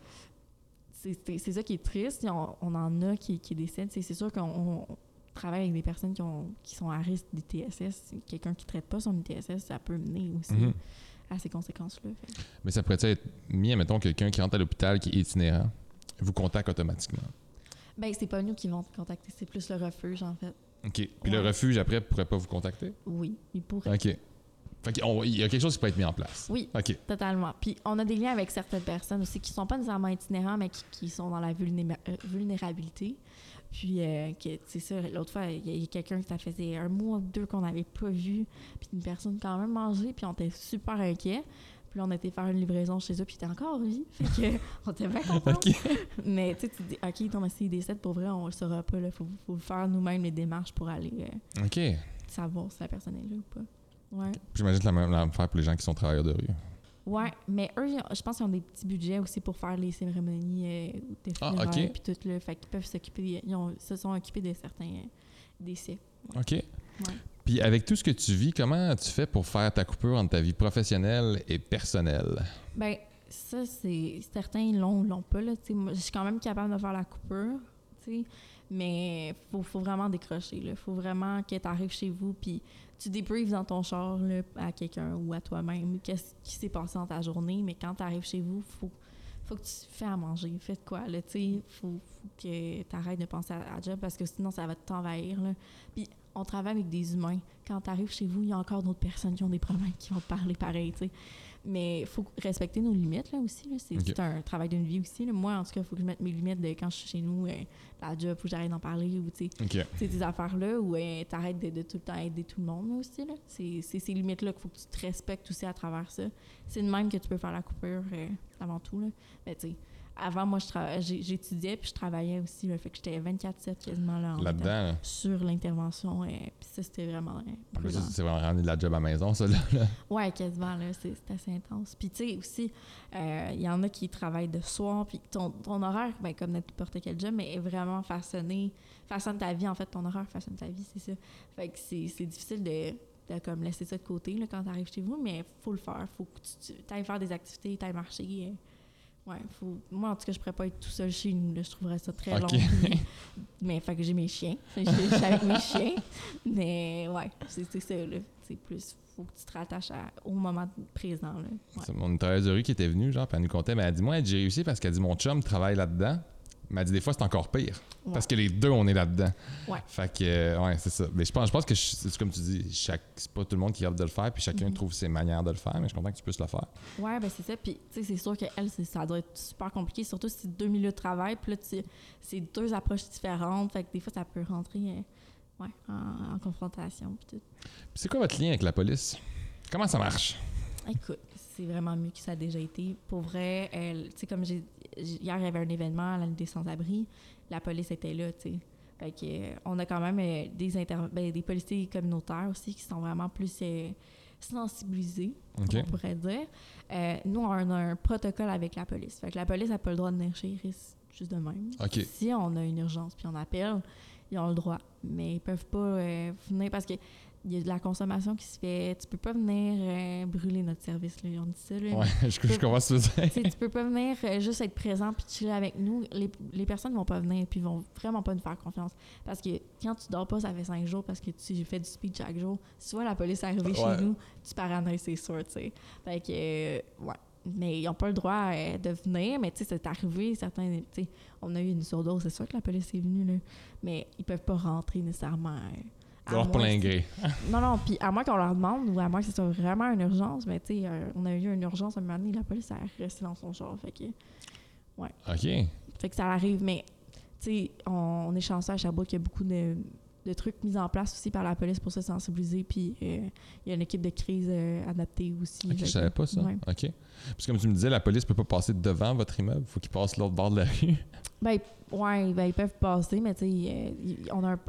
sais. C'est ça qui est triste. On en a qui décèdent. C'est sûr qu'on travaille avec des personnes qui sont à risque d'ITSS. Quelqu'un qui ne traite pas son ITSS, ça peut mener aussi à ces conséquences-là. Fait. Mais ça pourrait être mis, admettons, quelqu'un qui rentre à l'hôpital, qui est itinérant, vous contacte automatiquement. Ben c'est pas nous qui vont te contacter, c'est plus le refuge, en fait. OK. Puis le refuge, après, ne pourrait pas vous contacter? Oui, il pourrait. OK. Fait qu'il y a quelque chose qui peut être mis en place. Oui, OK. totalement. Puis on a des liens avec certaines personnes aussi qui sont pas nécessairement itinérants, mais qui sont dans la vulnérabilité. Puis, c'est ça, l'autre fois, il y a quelqu'un que ça faisait 1 mois ou 2 qu'on n'avait pas vu, puis une personne quand même mangée, puis on était super inquiets. Puis là, on a été faire une livraison chez eux, puis il était encore en vie. Fait que on était bien contents. OK. Mais tu sais, tu te dis, OK, non, mais s'il décède, pour vrai, on le saura pas. Il faut faire nous-mêmes les démarches pour aller OK. savoir si la personne est là ou pas. Ouais. J'imagine que la même affaire pour les gens qui sont travailleurs de rue. Ouais, mais eux, je pense qu'ils ont des petits budgets aussi pour faire les cérémonies de Ah, OK. funérailles, puis tout là. Fait qu'ils peuvent s'occuper, se sont occupés de certains décès. Ouais. OK. Ouais. Puis avec tout ce que tu vis, comment tu fais pour faire ta coupure entre ta vie professionnelle et personnelle? Ben ça, c'est certains l'ont pas là. Moi, je suis quand même capable de faire la coupure, t'sais, mais faut vraiment décrocher. Il faut vraiment que tu arrives chez vous puis tu débriefes dans ton char là, à quelqu'un ou à toi-même qu'est-ce qui s'est passé dans ta journée. Mais quand tu arrives chez vous, faut que tu fais à manger. Fais de quoi, là, tu sais. Faut que tu arrêtes de penser à la job parce que sinon, ça va t'envahir, là. Puis on travaille avec des humains. Quand tu arrives chez vous, il y a encore d'autres personnes qui ont des problèmes qui vont te parler pareil, tu sais. Mais il faut respecter nos limites, là, aussi. Là. C'est un travail d'une vie aussi. Là. Moi, en tout cas, il faut que je mette mes limites de quand je suis chez nous, la job, il faut que j'arrête d'en parler, ou, tu sais, ces affaires-là, où t'arrêtes de tout le temps aider tout le monde, là, aussi, là. C'est ces limites-là qu'il faut que tu te respectes aussi à travers ça. C'est de même que tu peux faire la coupure, avant tout, là. Mais, tu sais, avant, moi, j'étudiais puis je travaillais aussi. Là, fait que j'étais 24/7 quasiment là-dedans. Là. Sur l'intervention. Puis ça, c'était vraiment... c'est vraiment ramener de la job à la maison, ça, là. Ouais, quasiment. Là, c'est assez intense. Puis tu sais, aussi, il y en a qui travaillent de soir. Puis ton horaire, ben, comme n'importe quel job, mais est vraiment façonne ta vie. En fait, ton horaire façonne ta vie, c'est ça. Fait que c'est difficile de comme laisser ça de côté là, quand tu arrives chez vous, mais faut le faire. Faut que tu ailles faire des activités, tu ailles marcher. Ouais, moi, en tout cas, je pourrais pas être tout seul chez nous. Là, je trouverais ça très long. Mais fait que j'ai mes chiens. Je suis avec mes chiens. Mais ouais, c'est ça. Là. C'est plus, faut que tu te rattaches au moment présent. Là. Ouais. C'est mon travailleuse de rue qui était venue, genre, puis elle nous contait, mais elle dit, moi, j'ai réussi parce qu'elle dit, mon chum travaille là-dedans. Mais elle dit des fois, c'est encore pire. Ouais. Parce que les deux, on est là-dedans. Ouais. Fait que, ouais, c'est ça. Mais je pense que, c'est comme tu dis, c'est pas tout le monde qui a hâte de le faire, puis chacun trouve ses manières de le faire, mais je suis content que tu puisses le faire. Ouais, ben c'est ça. Puis, tu sais, c'est sûr qu'elle, ça doit être super compliqué, surtout si c'est 2 milieux de travail. Puis là, c'est 2 approches différentes. Fait que des fois, ça peut rentrer en confrontation. Puis tout. Puis c'est quoi votre lien avec la police? Comment ça marche? Écoute, c'est vraiment mieux que ça a déjà été. Pour vrai, tu sais, comme hier, il y avait un événement à la Ligue des sans-abri. La police était là, tu sais. Fait que, on a quand même des policiers communautaires aussi qui sont vraiment plus sensibilisés, OK. on pourrait dire. Nous, on a un protocole avec la police. Fait que la police n'a pas le droit de venir chez Iris juste de même. OK. Si on a une urgence puis on appelle, ils ont le droit. Mais ils peuvent pas venir parce que il y a de la consommation qui se fait. Tu peux pas venir brûler notre service, là. On dit ça, là. Ouais, je comprends ce que tu veux dire. Tu peux pas venir juste être présent puis chiller avec nous. Les personnes vont pas venir puis vont vraiment pas nous faire confiance. Parce que quand tu dors pas, ça fait 5 jours parce que tu fais du speed chaque jour. Si tu vois la police arriver chez nous, tu paranoïes, c'est sûr, tu sais. Fait que, ouais. Mais ils n'ont pas le droit de venir, mais tu sais, c'est arrivé, certains, tu sais, on a eu une surdose, c'est sûr que la police est venue, là, mais ils peuvent pas rentrer nécessairement. Leur plein gré. Non, puis à moins qu'on leur demande, ou à moins que ce soit vraiment une urgence, mais tu sais, on a eu une urgence un moment donné, la police a resté dans son char, fait que, ouais. OK. Fait que ça arrive, mais tu sais, on est chanceux à Sherbrooke qu'il y a beaucoup de trucs mis en place aussi par la police pour se sensibiliser, puis il y a une équipe de crise adaptée aussi. OK, je savais pas ça. Ouais. OK. Parce que comme tu me disais, la police peut pas passer devant votre immeuble, faut qu'ils passent l'autre bord de la rue. Ben, ils peuvent passer, mais tu sais, on a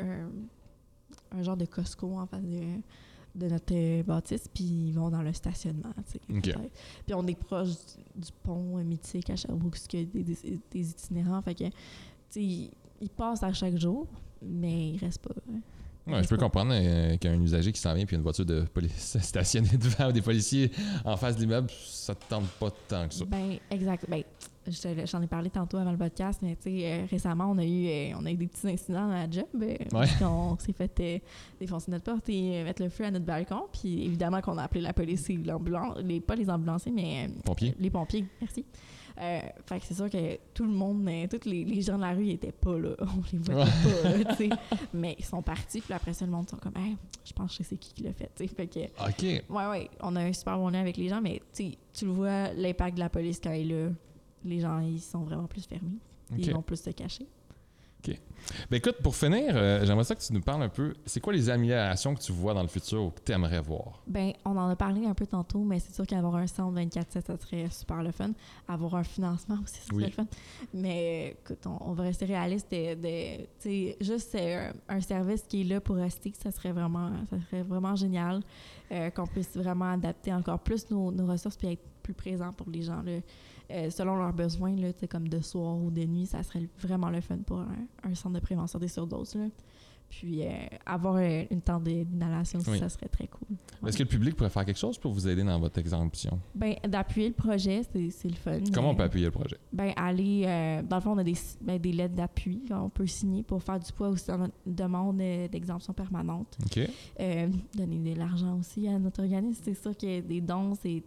un genre de Costco en face de notre bâtisse, puis ils vont dans le stationnement, tu sais. OK. Puis on est proche du pont mythique à Sherbrooke, parce qu'il y a des itinérants, fait que, tu sais, ils passent à chaque jour, mais ils restent pas. Hein. Ouais, je peux comprendre qu'un usager qui s'en vient puis une voiture de police stationnée devant ou des policiers en face de l'immeuble, ça te tente pas tant que ça. Ben, exact. Ben, j'en ai parlé tantôt avant le podcast, mais tu sais, récemment, on a eu des petits incidents dans la job. On s'est fait défoncer notre porte et mettre le feu à notre balcon. Puis évidemment qu'on a appelé la police et l'ambulance, pas les ambulanciers, mais les pompiers, merci. Fait que c'est sûr que tout le monde, tous les gens de la rue, ils étaient pas là. On les voyait pas, là, tu sais. Mais ils sont partis, puis après ça, le monde sont comme, hey, je pense que c'est qui l'a fait, tu sais. Fait que, OK. Ouais, on a un super bon lien avec les gens, mais tu le vois, l'impact de la police quand elle est là, les gens, ils sont vraiment plus fermés. Ils vont plus se cacher. OK. Ben écoute, pour finir, j'aimerais ça que tu nous parles un peu, c'est quoi les améliorations que tu vois dans le futur ou que tu aimerais voir? Ben, on en a parlé un peu tantôt, mais c'est sûr qu'avoir un centre 24/7, ça serait super le fun. Avoir un financement aussi, ça serait le fun. Mais écoute, on va rester réaliste. Tu sais, juste un service qui est là pour rester, ça serait vraiment génial. Qu'on puisse vraiment adapter encore plus nos ressources puis être plus présent pour les gens, là. Selon leurs besoins, là, comme de soir ou de nuit, ça serait vraiment le fun pour un centre de prévention des surdoses, là. Puis avoir une tente d'inhalation aussi, ça serait très cool. Ouais. Est-ce que le public pourrait faire quelque chose pour vous aider dans votre exemption? Ben, d'appuyer le projet, c'est le fun. Comment on peut appuyer le projet? Ben, aller... dans le fond, on a des lettres d'appui qu'on peut signer pour faire du poids aussi dans notre demande d'exemption permanente. OK. Donner de l'argent aussi à notre organisme. C'est sûr que des dons, c'est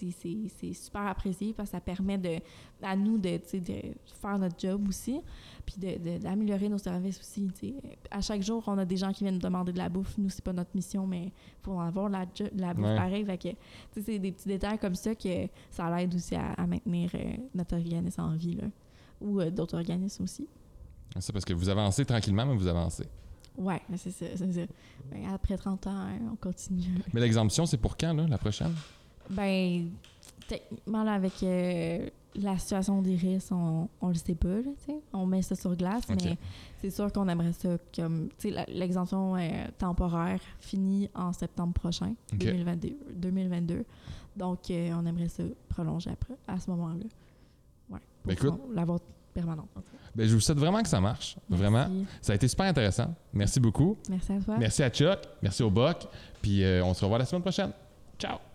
super apprécié parce que ça permet à nous de faire notre job aussi, puis d'améliorer nos services aussi. T'sais. À chaque jour, on a des gens qui viennent nous demander de la bouffe. Nous, c'est pas notre mission, mais il faut avoir la bouffe pareil. Fait que, c'est des petits détails comme ça que ça l'aide aussi à maintenir notre organisme en vie, là. Ou d'autres organismes aussi. C'est parce que vous avancez tranquillement, mais vous avancez. Oui, c'est ça. Ben, après 30 ans, on continue. Mais l'exemption, c'est pour quand, là, la prochaine? Ben, techniquement, là, avec la situation des risques, on le sait pas, là, tu sais. On met ça sur glace, mais c'est sûr qu'on aimerait ça comme, tu sais, l'exemption temporaire finit en septembre prochain, 2022. Donc, on aimerait ça prolonger après, à ce moment-là. Ouais. Ben, écoute, l'avoir permanente. Ben, je vous souhaite vraiment que ça marche. Merci. Vraiment. Ça a été super intéressant. Merci beaucoup. Merci à toi. Merci à Chuck. Merci au Boc. Puis on se revoit la semaine prochaine. Ciao!